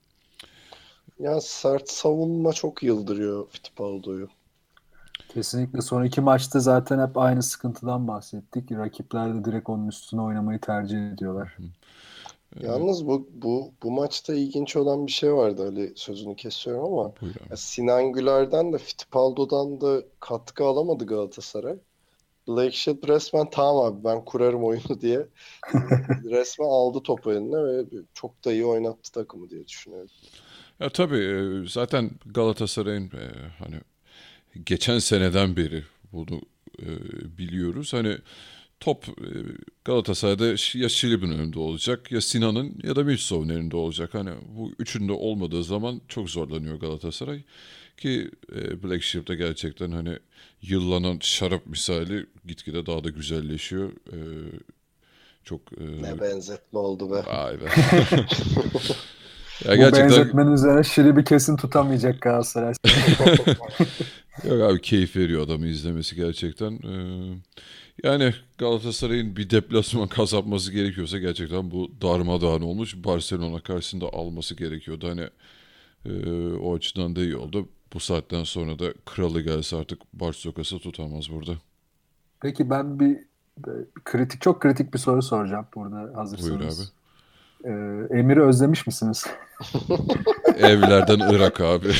C: Ya sert savunma çok yıldırıyor Fittipaldo'yu.
E: Kesinlikle son iki maçta zaten hep aynı sıkıntıdan bahsettik. Rakipler de direkt onun üstüne oynamayı tercih ediyorlar.
C: Yalnız bu maçta ilginç olan bir şey vardı Ali, sözünü kesiyorum ama
D: Buyur abi.
C: ya Sinan Güler'den de Fittipaldo'dan da katkı alamadı Galatasaray. Blake Shed resmen tamam abi ben kurarım oyunu diye resmen aldı topu eline ve çok da iyi oynattı takımı diye düşünüyorum.
D: Ya tabii zaten Galatasaray'ın hani geçen seneden beri bunu biliyoruz. Hani top Galatasaray'da ya Şilib'in önünde olacak ya Sinan'ın ya da Mitsov'un önünde olacak. Hani bu üçünde olmadığı zaman çok zorlanıyor Galatasaray. Ki Black Sheep'te gerçekten hani yıllanan şarap misali gitgide daha da güzelleşiyor. Çok
C: Ne benzetme oldu be.
D: vay be. Ya
E: Bu
D: gerçekten
E: benzetmenin üzerine Şilibi kesin tutamayacak Galatasaray.
D: yok abi keyif veriyor adamı izlemesi gerçekten. Yani Galatasaray'ın bir deplasman kazanması gerekiyorsa gerçekten bu darmadağın olmuş Barcelona karşısında alması gerekiyordu. Hani o açıdan da iyi oldu. Bu saatten sonra da kralı gelse artık Barcelona'sı tutamaz burada.
E: Peki ben bir çok kritik bir soru soracağım burada
D: Buyur abi.
E: hazırsanız. Emir'i özlemiş misiniz?
D: Evlerden Irak abi.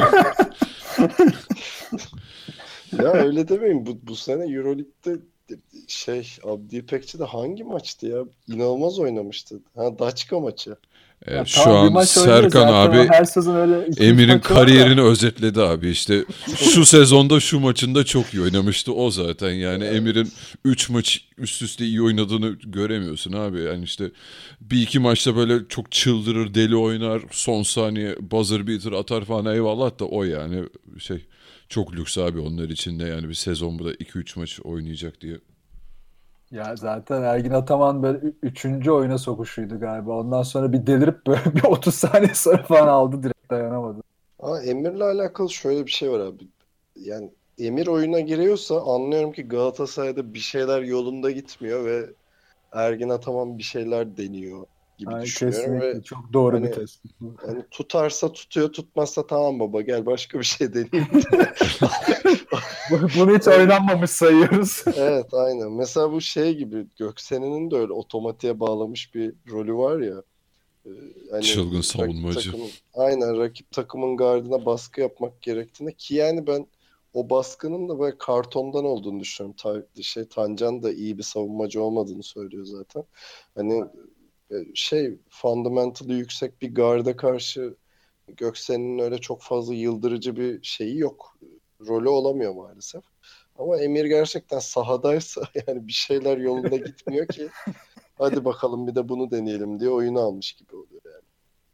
C: Ya öyle demeyin. Bu sene Euroleague'de Abdi İpekçi de hangi maçtı ya? İnanılmaz oynamıştı. Ha, Daçka maçı.
E: Ya
D: Şu
E: tamam, bir
D: an
E: maç oynuyor
D: Serkan
E: zaten. O
D: abi
E: her sezon öyle 2-3
D: Emir'in
E: maçı var da.
D: kariyerini özetledi abi işte şu sezonda şu maçında çok iyi oynamıştı o zaten yani Emir'in 3 maç üst üste iyi oynadığını göremiyorsun abi yani işte bir iki maçta böyle çok çıldırır deli oynar son saniye buzzer beater atar falan eyvallah da o yani çok lüks abi onlar için de yani bir sezon bu da 2-3 maç oynayacak diye.
E: Ya zaten Ergin Ataman böyle üçüncü oyuna sokuşuydu galiba. Ondan sonra bir delirip böyle bir 30 saniye sonra falan aldı, direkt dayanamadı.
C: Ama Emir'le alakalı şöyle bir şey var abi. Yani Emir oyuna giriyorsa anlıyorum ki Galatasaray'da bir şeyler yolunda gitmiyor ve Ergin Ataman bir şeyler deniyor gibi
E: Yani
C: düşünüyorum ve
E: kesinlikle çok doğru bir
C: hani
E: tespit.
C: hani tutarsa tutuyor, tutmazsa tamam baba gel başka bir şey deneyeyim diye.
E: Bunu hiç oynanmamış sayıyoruz.
C: Evet aynen. Mesela bu şey gibi Göksen'in de öyle otomatiğe bağlamış bir rolü var ya. Ee, Hani
D: Çılgın savunmacı.
C: aynen rakip takımın gardına baskı yapmak gerektiğinde ki yani ben o baskının da böyle kartondan olduğunu düşünüyorum. Tancan da iyi bir savunmacı olmadığını söylüyor zaten. Hani fundamentally yüksek bir garda karşı Göksen'in öyle çok fazla yıldırıcı bir şeyi yok. Rolü olamıyor maalesef. Ama Emir gerçekten sahadaysa yani bir şeyler yolunda gitmiyor ki hadi bakalım bir de bunu deneyelim diye oyunu almış gibi oluyor yani.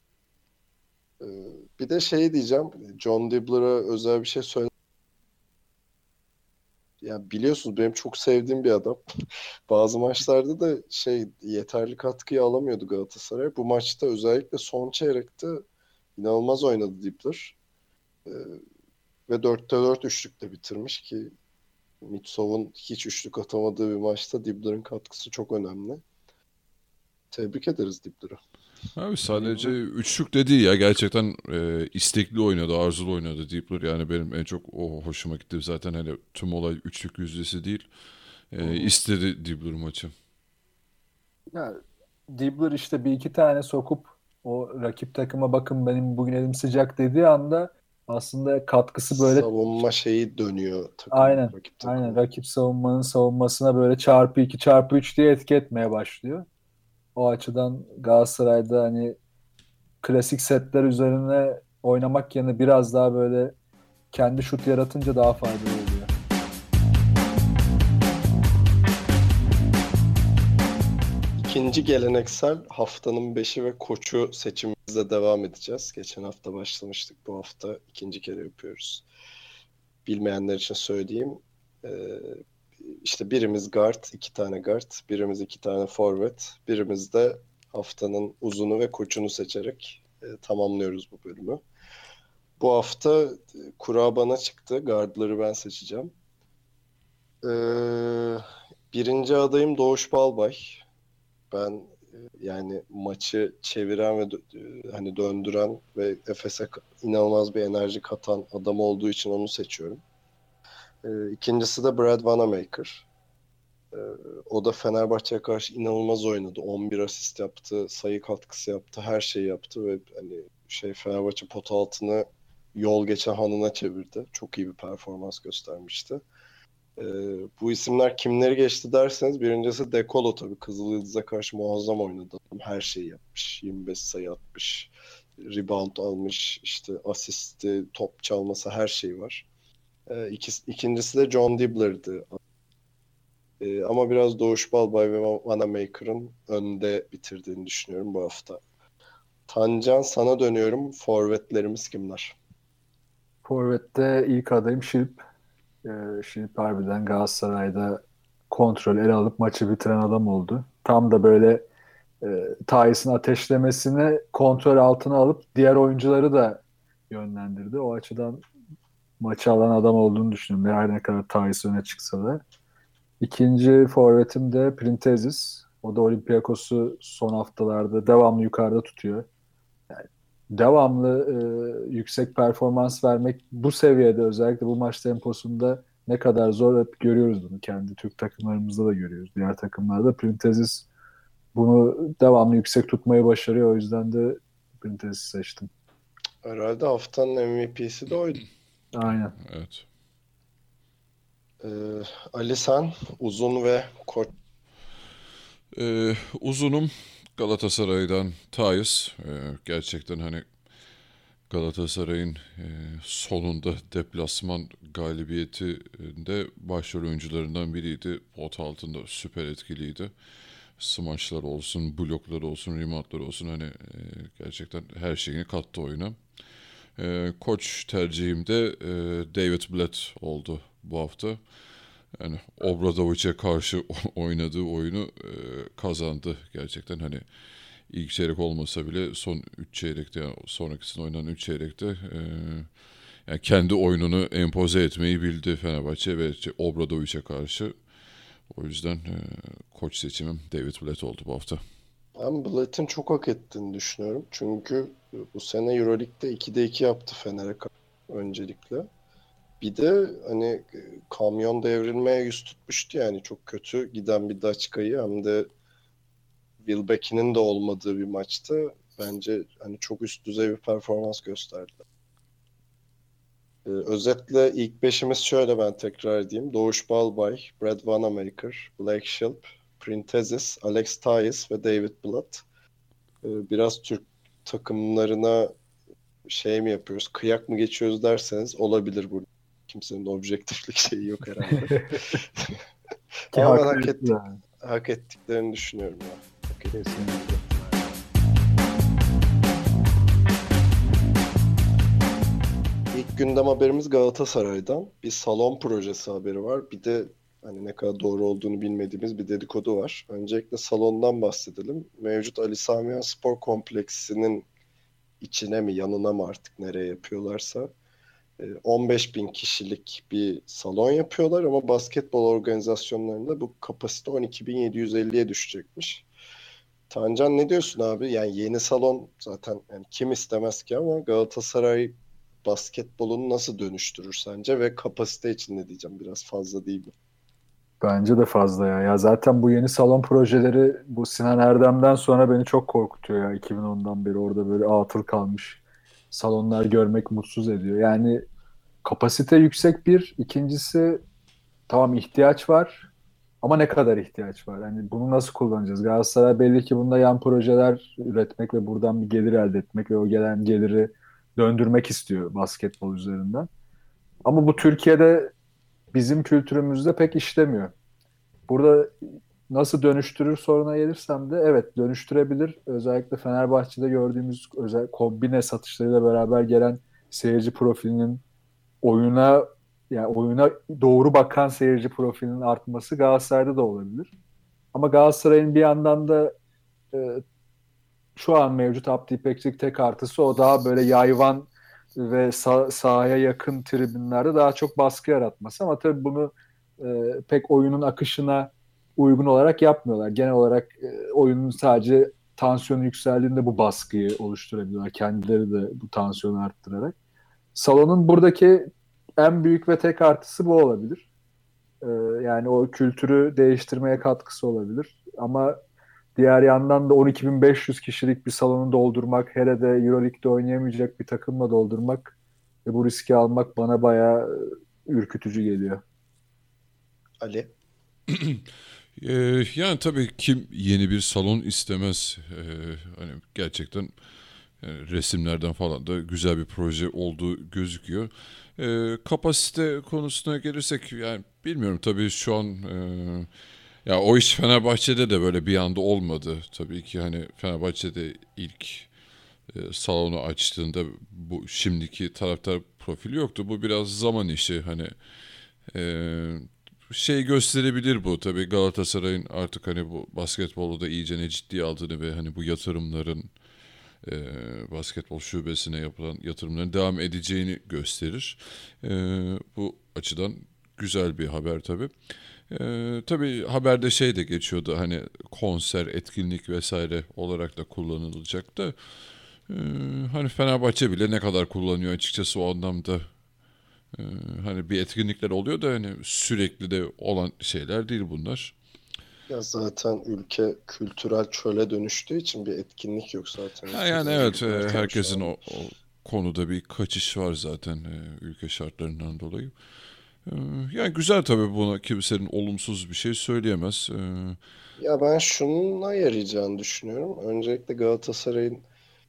C: Bir de şey diyeceğim. John Dibbler'a özel bir şey söyle. Ya biliyorsunuz benim çok sevdiğim bir adam. Bazı maçlarda da yeterli katkıyı alamıyordu Galatasaray. Bu maçta özellikle son çeyrekte inanılmaz oynadı Dibbler. Ee, Ve 4'te 4 üçlükle bitirmiş ki Mitsov'un hiç üçlük atamadığı bir maçta Dibbler'ın katkısı çok önemli. Tebrik ederiz Dibbler'ı.
D: Abi sadece üçlük de değil ya gerçekten istekli oynadı, arzulu oynadı Dibbler. Yani benim en çok o hoşuma gitti. Zaten hani tüm olay üçlük yüzdesi değil. İstedi Dibbler maçı.
E: Ya, Dibbler işte bir iki tane sokup o rakip takıma bakın benim bugün elim sıcak dediği anda aslında katkısı böyle
C: Savunma şeyi dönüyor takım,
E: aynen
C: rakip
E: aynen
C: takım.
E: rakip savunmanın savunmasına böyle çarpı 2 çarpı 3 diye etki etmeye başlıyor. O açıdan Galatasaray'da hani klasik setler üzerine oynamak yerine biraz daha böyle kendi şut yaratınca daha faydalı oluyor.
C: İkinci geleneksel haftanın 5'i ve koçu seçimimizle devam edeceğiz. Geçen hafta başlamıştık. Bu hafta ikinci kere yapıyoruz. Bilmeyenler için söyleyeyim. İşte birimiz guard, 2 tane guard, birimiz 2 tane forvet, birimiz de haftanın uzunu ve koçunu seçerek tamamlıyoruz bu bölümü. Bu hafta kura bana çıktı. Guardları ben seçeceğim. Birinci adayım Doğuş Balbay. Ben yani maçı çeviren ve hani döndüren ve Efes'e inanılmaz bir enerji katan adam olduğu için onu seçiyorum. İkincisi de Brad Wanamaker. O da Fenerbahçe'ye karşı inanılmaz oynadı. 11 asist yaptı, sayı katkısı yaptı, her şeyi yaptı ve hani Fenerbahçe pot altını yol geçen hanına çevirdi. Çok iyi bir performans göstermişti. Bu isimler kimleri geçti derseniz birincisi De Colo tabii. Kızılyıldız'a karşı muazzam oynadı. Her şeyi yapmış. 25 sayı atmış. Rebound almış. İşte asisti, top çalması her şeyi var. İkincisi de John Dibbler'dı. Ama biraz Doğuş Balbay ve Wanamaker'ın önde bitirdiğini düşünüyorum bu hafta. Tancan, sana dönüyorum. Forvetlerimiz kimler?
E: Forvet'te ilk adayım Şilp. Şilp harbiden Galatasaray'da kontrol ele alıp maçı bitiren adam oldu. Tam da böyle Tyson ateşlemesini kontrol altına alıp diğer oyuncuları da yönlendirdi. O açıdan maçı alan adam olduğunu düşünüyorum. Her ne kadar Tyson öne çıksa da. İkinci forvetim de Printezis. O da Olympiakos'u son haftalarda devamlı yukarıda tutuyor. Devamlı yüksek performans vermek bu seviyede özellikle bu maç temposunda ne kadar zor hep görüyoruz bunu. Kendi Türk takımlarımızda da görüyoruz. Diğer takımlarda Printezis bunu devamlı yüksek tutmayı başarıyor. O yüzden de Printezis'i seçtim.
C: Herhalde haftanın MVP'si de oydu.
E: Aynen.
D: Evet.
C: Ali sen uzun ve koç.
D: Uzunum Galatasaray'dan Thais. Gerçekten hani Galatasaray'ın sonunda deplasman galibiyetinde başrol oyuncularından biriydi. Pot altında süper etkiliydi. Smaçlar olsun, bloklar olsun, reboundlar olsun hani gerçekten her şeyini kattı oyuna. Koç tercihim de David Blatt oldu bu hafta. Yani Obradovic'e karşı oynadığı oyunu kazandı gerçekten hani ilk çeyrek olmasa bile son 3 çeyrekte yani sonrakisinde oynanan 3 çeyrekte yani kendi oyununu empoze etmeyi bildi Fenerbahçe ve Obradovic'e karşı. O yüzden koç seçimim David Blatt oldu bu hafta.
C: Ben Blatt'ın çok hak ettiğini düşünüyorum. Çünkü bu sene Euroleague'de 2'de 2 yaptı Fener'e öncelikle. Bir de hani kamyon devrilmeye yüz tutmuştu yani çok kötü giden bir Daçka'yı hem de Wilbeck'in de olmadığı bir maçta bence hani çok üst düzey bir performans gösterdi. Özetle ilk beşimiz şöyle ben tekrar edeyim. Doğuş Balbay, Brad Wanamaker, Blake Shelp, Printezis, Alex Tyus ve David Blatt. Biraz Türk takımlarına şey mi yapıyoruz, kıyak mı geçiyoruz derseniz olabilir burada. Kimsenin de objektiflik şeyi yok herhalde.
E: Ki
C: Ama ben hak ettiklerini düşünüyorum ya.
E: Kesinlikle.
C: İlk gündem haberimiz Galatasaray'dan. Bir salon projesi haberi var. Bir de hani ne kadar doğru olduğunu bilmediğimiz bir dedikodu var. Öncelikle salondan bahsedelim. Mevcut Ali Sami Yen Spor Kompleksi'nin içine mi yanına mı artık nereye yapıyorlarsa 15 bin kişilik bir salon yapıyorlar ama basketbol organizasyonlarında bu kapasite 12.750'ye düşecekmiş. Tancan ne diyorsun abi? Yani yeni salon zaten yani kim istemez ki ama Galatasaray basketbolunu nasıl dönüştürür sence ve kapasite için ne diyeceğim biraz fazla değil mi?
E: Bence de fazla ya. Ya zaten bu yeni salon projeleri bu Sinan Erdem'den sonra beni çok korkutuyor ya. 2010'dan beri orada böyle atıl kalmış. salonlar görmek mutsuz ediyor. Yani kapasite yüksek bir. İkincisi tamam ihtiyaç var ama ne kadar ihtiyaç var? Yani bunu nasıl kullanacağız? Galatasaray belli ki bunda yan projeler üretmek ve buradan bir gelir elde etmek ve o gelen geliri döndürmek istiyor basketbol üzerinden. Ama bu Türkiye'de bizim kültürümüzde pek işlemiyor. Burada nasıl dönüştürür soruna gelirsem de evet dönüştürebilir. Özellikle Fenerbahçe'de gördüğümüz özel kombine satışlarıyla beraber gelen seyirci profilinin oyuna yani oyuna doğru bakan seyirci profilinin artması Galatasaray'da da olabilir. Ama Galatasaray'ın bir yandan da e, şu an mevcut Abdi İpekçi'lik tek artısı o daha böyle yayvan ve sahaya yakın tribünlerde daha çok baskı yaratması. Ama tabii bunu pek oyunun akışına uygun olarak yapmıyorlar. Genel olarak oyunun sadece tansiyonu yükseldiğinde bu baskıyı oluşturabiliyorlar. Kendileri de bu tansiyonu arttırarak. Salonun buradaki en büyük ve tek artısı bu olabilir. Yani o kültürü değiştirmeye katkısı olabilir. Ama diğer yandan da 12.500 kişilik bir salonu doldurmak, hele de Euroleague'de oynayamayacak bir takımla doldurmak ve bu riski almak bana bayağı ürkütücü geliyor.
C: Ali.
D: Yani tabii kim yeni bir salon istemez. Hani gerçekten resimlerden falan da güzel bir proje olduğu gözüküyor. Kapasite konusuna gelirsek yani bilmiyorum tabii şu an ya o iş Fenerbahçe'de de böyle bir anda olmadı. Tabii ki hani Fenerbahçe'de ilk salonu açtığında bu şimdiki taraftar profili yoktu. Bu biraz zaman işi hani e, şey gösterebilir bu tabii Galatasaray'ın artık hani bu basketbolu da iyice ne ciddiye aldığını ve hani bu yatırımların e, basketbol şubesine yapılan yatırımların devam edeceğini gösterir. E, Bu açıdan güzel bir haber tabii. Tabii haberde şey de geçiyordu hani konser, etkinlik vesaire olarak da kullanılacak da e, hani Fenerbahçe bile ne kadar kullanıyor açıkçası o anlamda. Ee, Hani bir etkinlikler oluyor da hani sürekli de olan şeyler değil bunlar.
C: Ya zaten ülke kültürel çöle dönüştüğü için bir etkinlik yok zaten
D: Ha
C: ülkede.
D: yani
C: Öyle
D: evet
C: bir ortam şu
D: herkesin
C: an.
D: o konuda bir kaçış var zaten ülke şartlarından dolayı. Ee, Yani güzel tabii buna kimsenin olumsuz bir şey söyleyemez.
C: Ya ben şununla yarayacağını düşünüyorum. Öncelikle Galatasaray'ın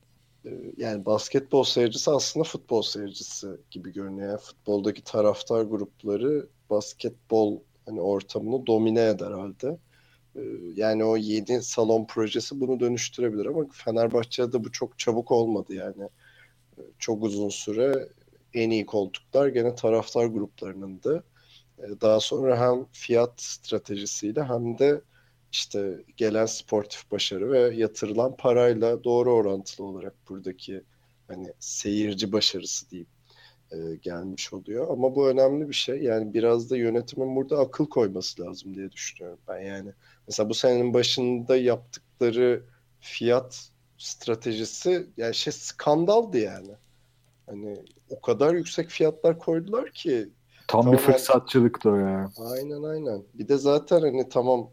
C: yani basketbol seyircisi aslında futbol seyircisi gibi görünüyor. Yani futboldaki taraftar grupları basketbol hani ortamını domine eder halde. E, Yani o yeni salon projesi bunu dönüştürebilir ama Fenerbahçe'de bu çok çabuk olmadı yani. Çok uzun süre en iyi koltuklar gene taraftar gruplarınındı. Daha sonra hem fiyat stratejisiyle hem de işte gelen sportif başarı ve yatırılan parayla doğru orantılı olarak buradaki hani seyirci başarısı diyeyim gelmiş oluyor. Ama bu önemli bir şey. Yani biraz da yönetimin burada akıl koyması lazım diye düşünüyorum ben. Yani mesela bu senenin başında yaptıkları fiyat stratejisi yani şey skandaldı yani. Hani o kadar yüksek fiyatlar koydular ki
E: Tam bir
C: tamam her
E: fırsatçılıktı o ya.
C: aynen aynen. Bir de zaten hani tamam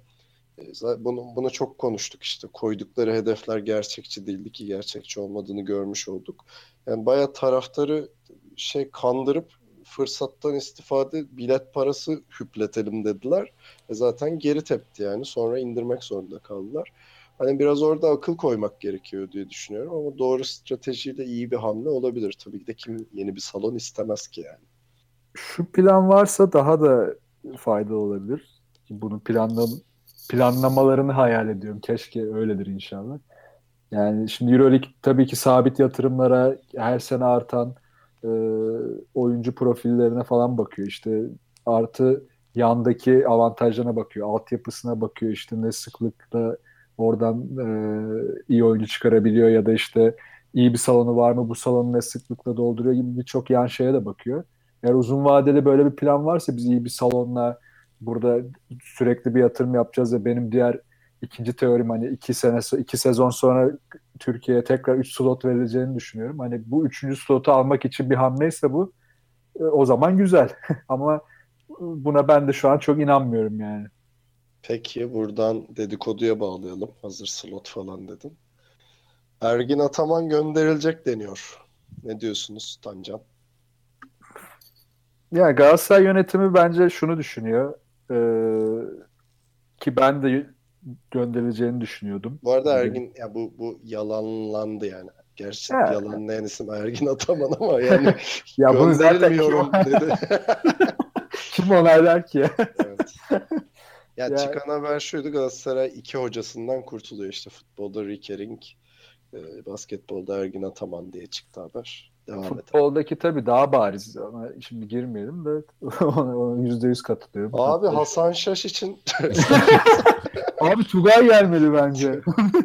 C: bunu çok konuştuk işte. Koydukları hedefler gerçekçi değildi ki gerçekçi olmadığını görmüş olduk. Yani bayağı taraftarı şey kandırıp fırsattan istifade bilet parası hüpletelim dediler. Zaten geri tepti yani. Sonra indirmek zorunda kaldılar. Hani biraz orada akıl koymak gerekiyor diye düşünüyorum ama doğru stratejiyle iyi bir hamle olabilir. Tabii ki de kim yeni bir salon istemez ki yani.
E: Şu plan varsa daha da faydalı olabilir. Bunu planlamalarını hayal ediyorum. Keşke öyledir inşallah. Yani şimdi EuroLeague tabii ki sabit yatırımlara her sene artan e, oyuncu profillerine falan bakıyor. İşte artı yandaki avantajlarına bakıyor. Altyapısına bakıyor. İşte ne sıklıkla oradan iyi oyuncu çıkarabiliyor ya da işte iyi bir salonu var mı bu salonu ne sıklıkla dolduruyor gibi birçok yan şeye de bakıyor. Eğer uzun vadeli böyle bir plan varsa biz iyi bir salonla burada sürekli bir yatırım yapacağız ve benim diğer ikinci teorim hani 2 sezon sonra Türkiye'ye tekrar 3 slot verileceğini düşünüyorum. Hani bu üçüncü slotu almak için bir hamleyse bu o zaman güzel. Ama buna ben de şu an çok inanmıyorum yani.
C: Peki buradan dedikoduya bağlayalım. Hazır slot falan dedim. Ergin Ataman gönderilecek deniyor. Ne diyorsunuz Tancan?
E: Ya Galatasaray yönetimi bence şunu düşünüyor. Ki ben de gönderileceğini düşünüyordum.
C: Bu arada Ergin ya bu yalanlandı yani. Gerçi
E: Ya,
C: yalanlayan isim Ergin Ataman ama yani
E: ya bunu zaten
C: gönderilmiyorum dedi.
E: kim onaylar ki?
C: Evet. Ya
E: Ya,
C: çıkan haber şuydu: Galatasaray 2 hocasından kurtuluyor işte. Futbolda Rieke Ring, basketbolda Ergin Ataman diye çıktı haber. Devam edelim.
E: futboldaki tabii daha bariz. Ona şimdi girmeyelim de ona %100 katılıyorum.
C: Abi Hasan Şaş için
E: Abi Tugay gelmedi bence.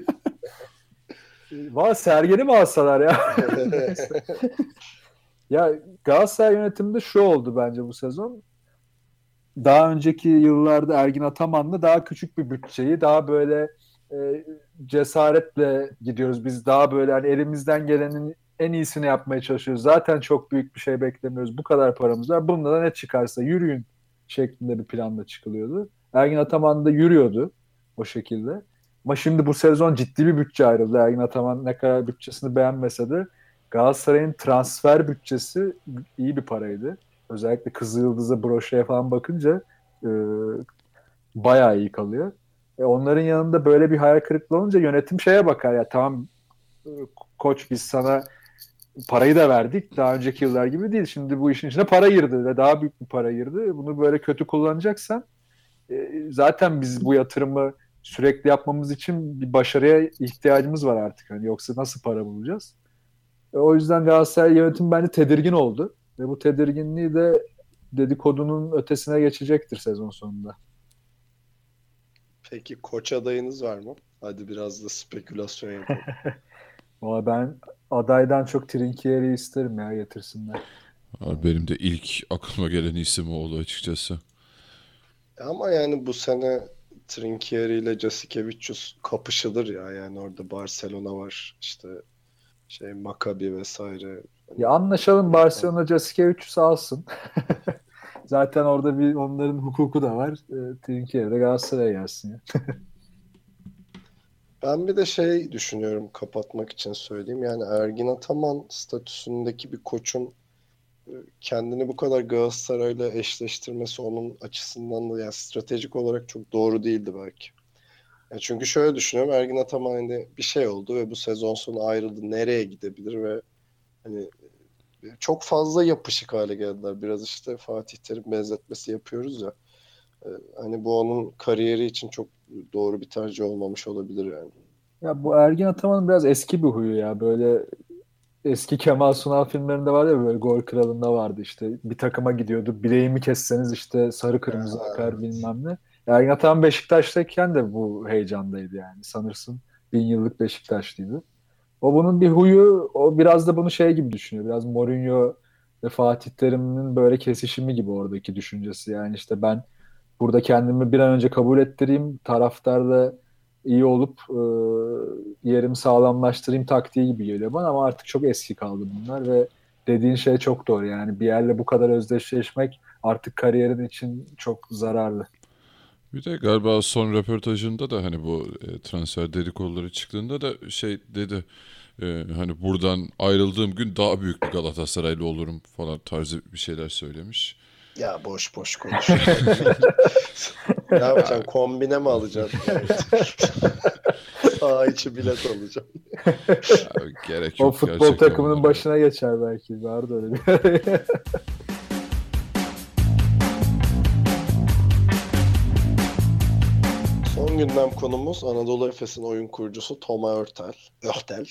E: Valla Sergen'i mi alsalar ya? Ya Galatasaray yönetiminde şu oldu bence bu sezon. Daha önceki yıllarda Ergin Ataman'la daha küçük bir bütçeyi, daha böyle cesaretle gidiyoruz. Biz daha böyle hani elimizden gelenin en iyisini yapmaya çalışıyoruz. Zaten çok büyük bir şey beklemiyoruz. Bu kadar paramız var. Bunda da ne çıkarsa yürüyün şeklinde bir planla çıkılıyordu. Ergin Ataman da yürüyordu o şekilde. Ama şimdi bu sezon ciddi bir bütçe ayrıldı. Ergin Ataman ne kadar bütçesini beğenmese de Galatasaray'ın transfer bütçesi iyi bir paraydı. Özellikle Kızılyıldız'a, Broşe'ye falan bakınca e, bayağı iyi kalıyor. Onların yanında böyle bir hayal kırıklığı olunca yönetim şeye bakar ya, tamam koç biz sana parayı da verdik. Daha önceki yıllar gibi değil. Şimdi bu işin içine para girdi ve daha büyük bir para girdi. Bunu böyle kötü kullanacaksan zaten biz bu yatırımı sürekli yapmamız için bir başarıya ihtiyacımız var artık. Yani yoksa nasıl para bulacağız? O yüzden Galatasaray yönetim bence tedirgin oldu. Ve bu tedirginliği de dedikodunun ötesine geçecektir sezon sonunda.
C: Peki koç adayınız var mı? Hadi biraz da spekülasyon yapalım.
E: Valla ben adaydan çok Trinkieri isterim ya, getirsinler.
D: Benim de ilk aklıma gelen isim o oldu açıkçası.
C: Ama yani bu sene Trinkieri ile Jasikevicius kapışılır ya. Yani orada Barcelona var, işte Maccabi vesaire.
E: Ya anlaşalım, Barcelona Jasikevicius alsın. Zaten orada bir onların hukuku da var. Trinkieri de Galatasaray'a gelsin ya.
C: Ben bir de düşünüyorum, kapatmak için söyleyeyim. Yani Ergin Ataman statüsündeki bir koçun kendini bu kadar Galatasaray'la eşleştirmesi onun açısından da yani stratejik olarak çok doğru değildi belki. Yani çünkü şöyle düşünüyorum, Ergin Ataman'da bir şey oldu ve bu sezon sonu ayrıldı. Nereye gidebilir ve hani çok fazla yapışık hale geldiler. Biraz işte Fatih Terim benzetmesi yapıyoruz ya. Hani bu onun kariyeri için çok doğru bir tercih olmamış olabilir yani.
E: Ya bu Ergin Ataman'ın biraz eski bir huyu ya. Böyle eski Kemal Sunal filmlerinde var ya, böyle Gol Kralı'nda vardı işte. Bir takıma gidiyordu. Bileğimi kesseniz işte sarı kırmızı akar bilmem ne. Ergin Ataman Beşiktaş'tayken de bu heyecandaydı yani. Sanırsın 1000 yıllık Beşiktaşlıydı. O bunun bir huyu. O biraz da bunu şey gibi düşünüyor. Biraz Mourinho ve Fatih Terim'in böyle kesişimi gibi oradaki düşüncesi. Yani işte ben burada kendimi bir an önce kabul ettireyim. Taraftarda iyi olup yerimi sağlamlaştırayım taktiği gibi geliyor bana, ama artık çok eski kaldı bunlar ve dediğin şey çok doğru. Yani bir yerle bu kadar özdeşleşmek artık kariyerin için çok zararlı.
D: Bir de galiba son röportajında da hani bu transfer dedikoduları çıktığında da dedi, hani buradan ayrıldığım gün daha büyük bir Galatasaraylı olurum falan tarzı bir şeyler söylemiş.
C: Ya boş boş konuşuyorsun. Ne yapacaksın? Kombine mi alacaksın? Saha içi bilet alacaksın.
D: Gerek yok.
E: O futbol takımının başına geçer belki. Vardı öyle bir.
C: Son gündem konumuz Anadolu Efes'in oyun kurucusu Thomas Hürtel.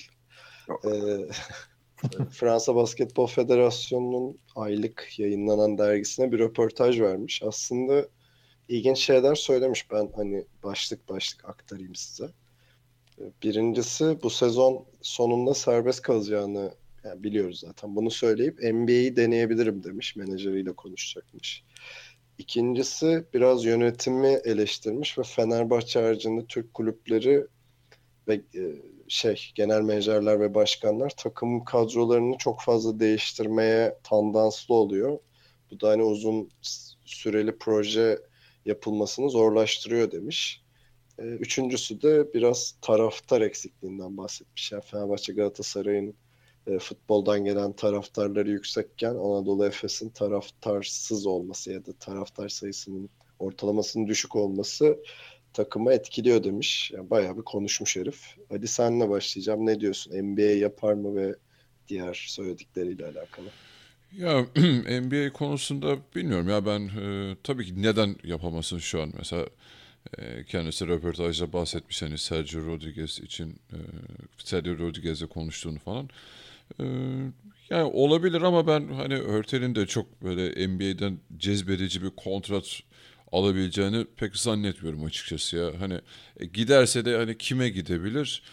C: Fransa Basketbol Federasyonu'nun aylık yayınlanan dergisine bir röportaj vermiş. Aslında ilginç şeyler söylemiş. Ben hani başlık başlık aktarayım size. Birincisi, bu sezon sonunda serbest kalacağını yani biliyoruz zaten. Bunu söyleyip NBA'yi deneyebilirim demiş. Menajeriyle konuşacakmış. İkincisi, biraz yönetimi eleştirmiş ve Fenerbahçe haricinde Türk kulüpleri ve genel menajerler ve başkanlar takım kadrolarını çok fazla değiştirmeye tandanslı oluyor. Bu da hani uzun süreli proje yapılmasını zorlaştırıyor demiş. Üçüncüsü de biraz taraftar eksikliğinden bahsetmiş. Yani Fenerbahçe Galatasaray'ın futboldan gelen taraftarları yüksekken Anadolu Efes'in taraftarsız olması ya da taraftar sayısının ortalamasının düşük olması takımı etkiliyor demiş. Yani bayağı bir konuşmuş herif. Hadi senle başlayacağım. Ne diyorsun? NBA yapar mı ve diğer söyledikleriyle alakalı?
D: Ya NBA konusunda bilmiyorum ya ben tabii ki neden yapamasın şu an mesela kendisi röportajda bahsetmiş hani Sergio Rodriguez için Sergio Rodriguez'le konuştuğunu falan. E, Yani olabilir ama ben hani Hurtel'in de çok böyle NBA'den cezbedici bir kontrat alabileceğini pek zannetmiyorum açıkçası ya. Hani giderse de hani kime gidebilir?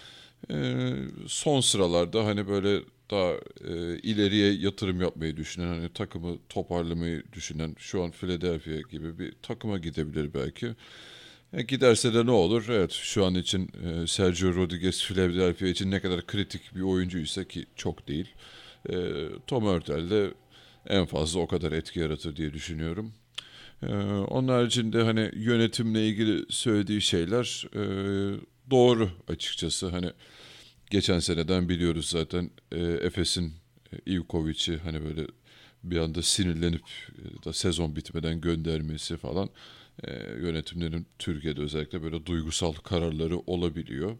D: Son sıralarda hani böyle daha ileriye yatırım yapmayı düşünen, hani takımı toparlamayı düşünen, şu an Philadelphia gibi bir takıma gidebilir belki. Giderse de ne olur? Evet, şu an için Sergio Rodriguez Philadelphia için ne kadar kritik bir oyuncuysa ki çok değil. Tom Hurtel de en fazla o kadar etki yaratır diye düşünüyorum. Onun haricinde hani yönetimle ilgili söylediği şeyler doğru açıkçası. Hani geçen seneden biliyoruz zaten Efes'in Ivkovic'i hani böyle bir anda sinirlenip da sezon bitmeden göndermesi falan yönetimlerin Türkiye'de özellikle böyle duygusal kararları olabiliyor.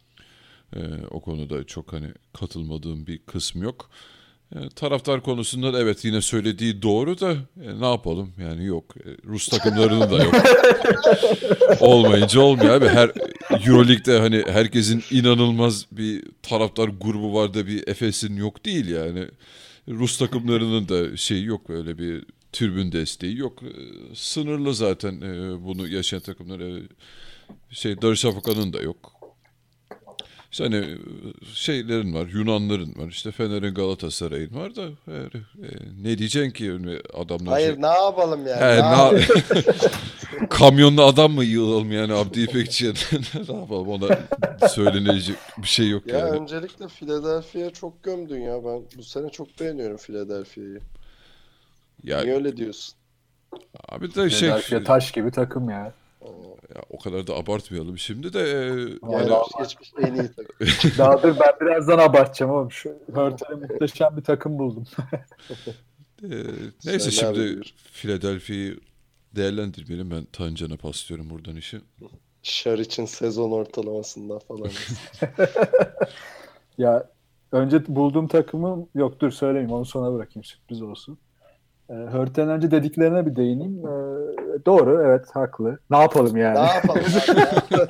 D: O konuda çok hani katılmadığım bir kısım yok. Taraftar konusunda da evet yine söylediği doğru da ne yapalım yani yok. Rus takımlarının da yok. Olmayınca olmuyor abi. Her Euroleague'de hani herkesin inanılmaz bir taraftar grubu var da bir Efes'in yok değil yani. Rus takımlarının da şeyi yok, böyle bir tribün desteği yok. Sınırlı zaten bunu yaşayan takımlar. Darüşşafaka'nın da yok. İşte hani şeylerin var, Yunanların var, işte Fener'in, Galatasaray'ın var da ne diyeceksin ki adamlar
C: Hayır, ne yapalım yani?
D: He,
C: Ne yapalım?
D: kamyonlu adam mı yığalım yani Abdi İpekçi'ye ne yapalım, ona söylenecek bir şey yok
C: Ya
D: yani.
C: öncelikle Philadelphia çok gömdün ya. Ben bu sene çok beğeniyorum Philadelphia'yı.
D: Ya,
C: Niye öyle diyorsun?
D: abi de
E: Philadelphia taş gibi takım ya.
D: ya o kadar da abartmayalım şimdi de hani
E: Vallahi
C: Gelmiş geçmiş en iyi takım.
E: daha dur ben birazdan abartacağım oğlum. Şu Hurtel'e muhteşem bir takım buldum.
D: e, neyse
C: Söyle abi,
D: şimdi
C: buyur.
D: Philadelphia'yı değerlendirmeyelim, ben Tancan'a paslıyorum buradan işi.
C: Şar için sezon ortalamasından falan.
E: Ya önce bulduğum takımı yok dur söyleyeyim onu sona bırakayım sürpriz olsun. Hurtel'den önce dediklerine bir değineyim. Doğru evet haklı. Ne yapalım
C: Ne
E: yani?
C: yapalım abi? Ne yapalım?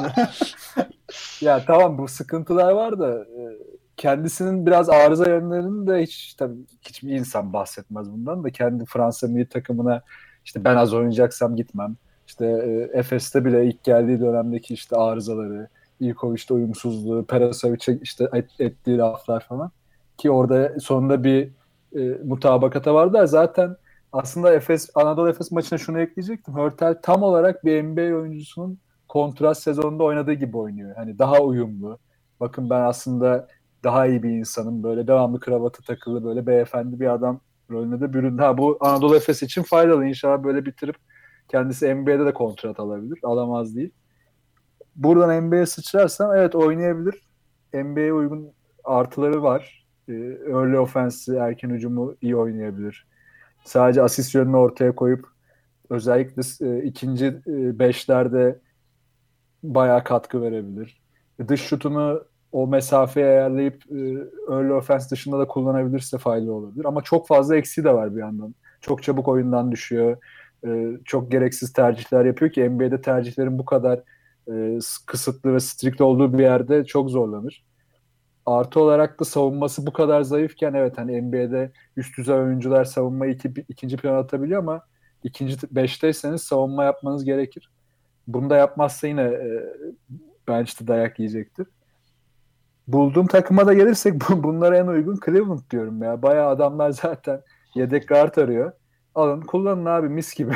E: Ya tamam bu sıkıntılar var da kendisinin biraz arıza yönlerinin de hiç tabii hiçbir insan bahsetmez bundan da kendi Fransa milli takımına işte ben az oynayacaksam gitmem. İşte Efes'te bile ilk geldiği dönemdeki işte arızaları, Ivkovic'te uyumsuzluğu, Perasovic'e işte ettiği laflar falan ki orada sonunda bir mutabakata vardı. Zaten aslında Anadolu Efes maçına şunu ekleyecektim. Hurtel tam olarak bir NBA oyuncusunun kontrast sezonunda oynadığı gibi oynuyor. Hani daha uyumlu. Bakın ben aslında daha iyi bir insanım. Böyle devamlı kravatı takılı böyle beyefendi bir adam rolüne de büründü. Ha bu Anadolu Efes için faydalı. İnşallah böyle bitirip kendisi NBA'de de kontrat alabilir. Alamaz değil. Buradan NBA'ye sıçrarsam evet oynayabilir. NBA'ye uygun artıları var. Early offense'i, erken hücumu iyi oynayabilir. Sadece asist yönünü ortaya koyup özellikle ikinci beşlerde bayağı katkı verebilir. Dış şutunu o mesafeye ayarlayıp early offense dışında da kullanabilirse faydalı olabilir. Ama çok fazla eksiği de var bir yandan. Çok çabuk oyundan düşüyor. Çok gereksiz tercihler yapıyor ki NBA'de tercihlerin bu kadar kısıtlı ve strict olduğu bir yerde çok zorlanır. Artı olarak da savunması bu kadar zayıfken evet hani NBA'de üst düzey oyuncular savunmayı ikinci plana atabiliyor ama ikinci beşteyseniz savunma yapmanız gerekir. Bunu da yapmazsa yine bench'te dayak yiyecektir. Bulduğum takıma da gelirsek bunlara en uygun Cleveland diyorum ya. Bayağı adamlar zaten yedek guard arıyor. Alın kullanın abi mis gibi.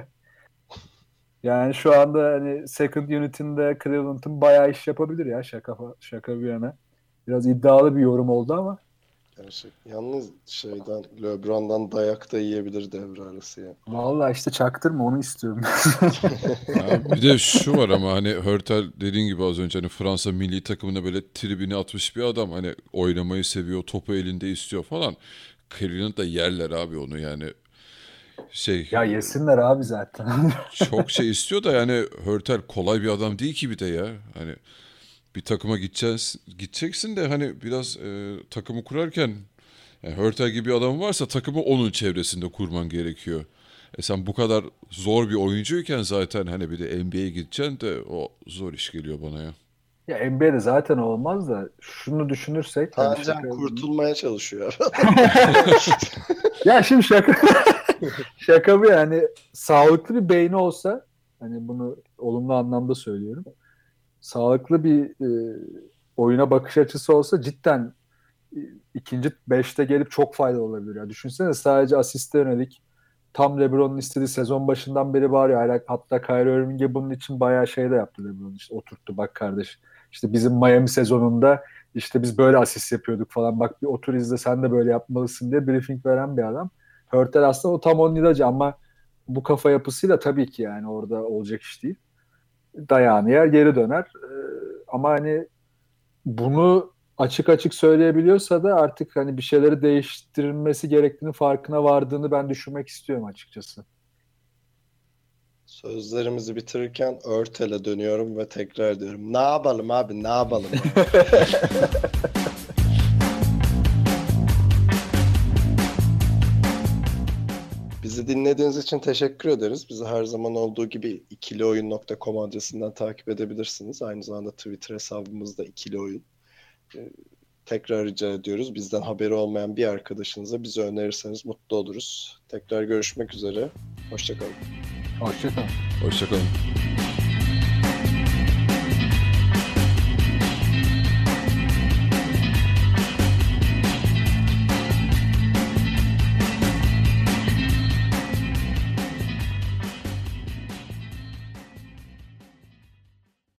E: Yani şu anda hani second unit'inde Cleveland'ın bayağı iş yapabilir ya şaka bir yana. Biraz iddialı bir yorum oldu ama
C: Gerçekten. Yalnız LeBron'dan dayak da yiyebilir devre arası ya.
E: Vallahi işte çaktırma, onu istiyorum.
D: Ya bir de şu var ama hani Hurtel dediğin gibi az önce hani Fransa milli takımına böyle tribini atmış bir adam. Hani oynamayı seviyor, topu elinde istiyor falan. Cleveland da yerler abi onu yani.
E: Ya yesinler abi zaten.
D: Çok şey istiyor da yani Hurtel kolay bir adam değil ki bir de ya. Hani bir takıma gideceksin de hani biraz takımı kurarken yani Hurtel gibi bir adam varsa takımı onun çevresinde kurman gerekiyor. Sen bu kadar zor bir oyuncuyken zaten hani bir de NBA'ye gideceksin de o zor iş geliyor bana ya.
E: Ya NBA'de zaten olmaz da şunu düşünürsek hani
C: Tancan kurtulmaya çalışıyor.
E: Ya şimdi şaka bu yani, sağlıklı bir beyni olsa, hani bunu olumlu anlamda söylüyorum. Sağlıklı bir oyuna bakış açısı olsa cidden ikinci beşte gelip çok faydalı olabilir. Ya düşünsene, sadece asiste yönelik tam LeBron'un istediği, sezon başından beri bağırıyor. Hatta Kyrie Irving'e bunun için bayağı şey de yaptı LeBron. İşte oturttu, bak kardeş. İşte bizim Miami sezonunda işte biz böyle asist yapıyorduk falan. Bak bir otur izle, sen de böyle yapmalısın diye briefing veren bir adam. Hurtel aslında o tam onun ilacı ama bu kafa yapısıyla tabii ki yani orada olacak iş değil. Dayağını yer, geri döner. Ama hani bunu açık açık söyleyebiliyorsa da artık hani bir şeyleri değiştirilmesi gerektiğini farkına vardığını ben düşünmek istiyorum açıkçası.
C: Sözlerimizi bitirirken Örtel'e dönüyorum ve tekrar diyorum. Ne yapalım abi, ne yapalım? Bizi dinlediğiniz için teşekkür ederiz. Bizi her zaman olduğu gibi ikilioyun.com adresinden takip edebilirsiniz. Aynı zamanda Twitter hesabımız da ikilioyun. Tekrar rica ediyoruz. Bizden haberi olmayan bir arkadaşınıza bizi önerirseniz mutlu oluruz. Tekrar görüşmek üzere. Hoşça kalın.
E: Hoşçakalın.
D: Hoşçakalın.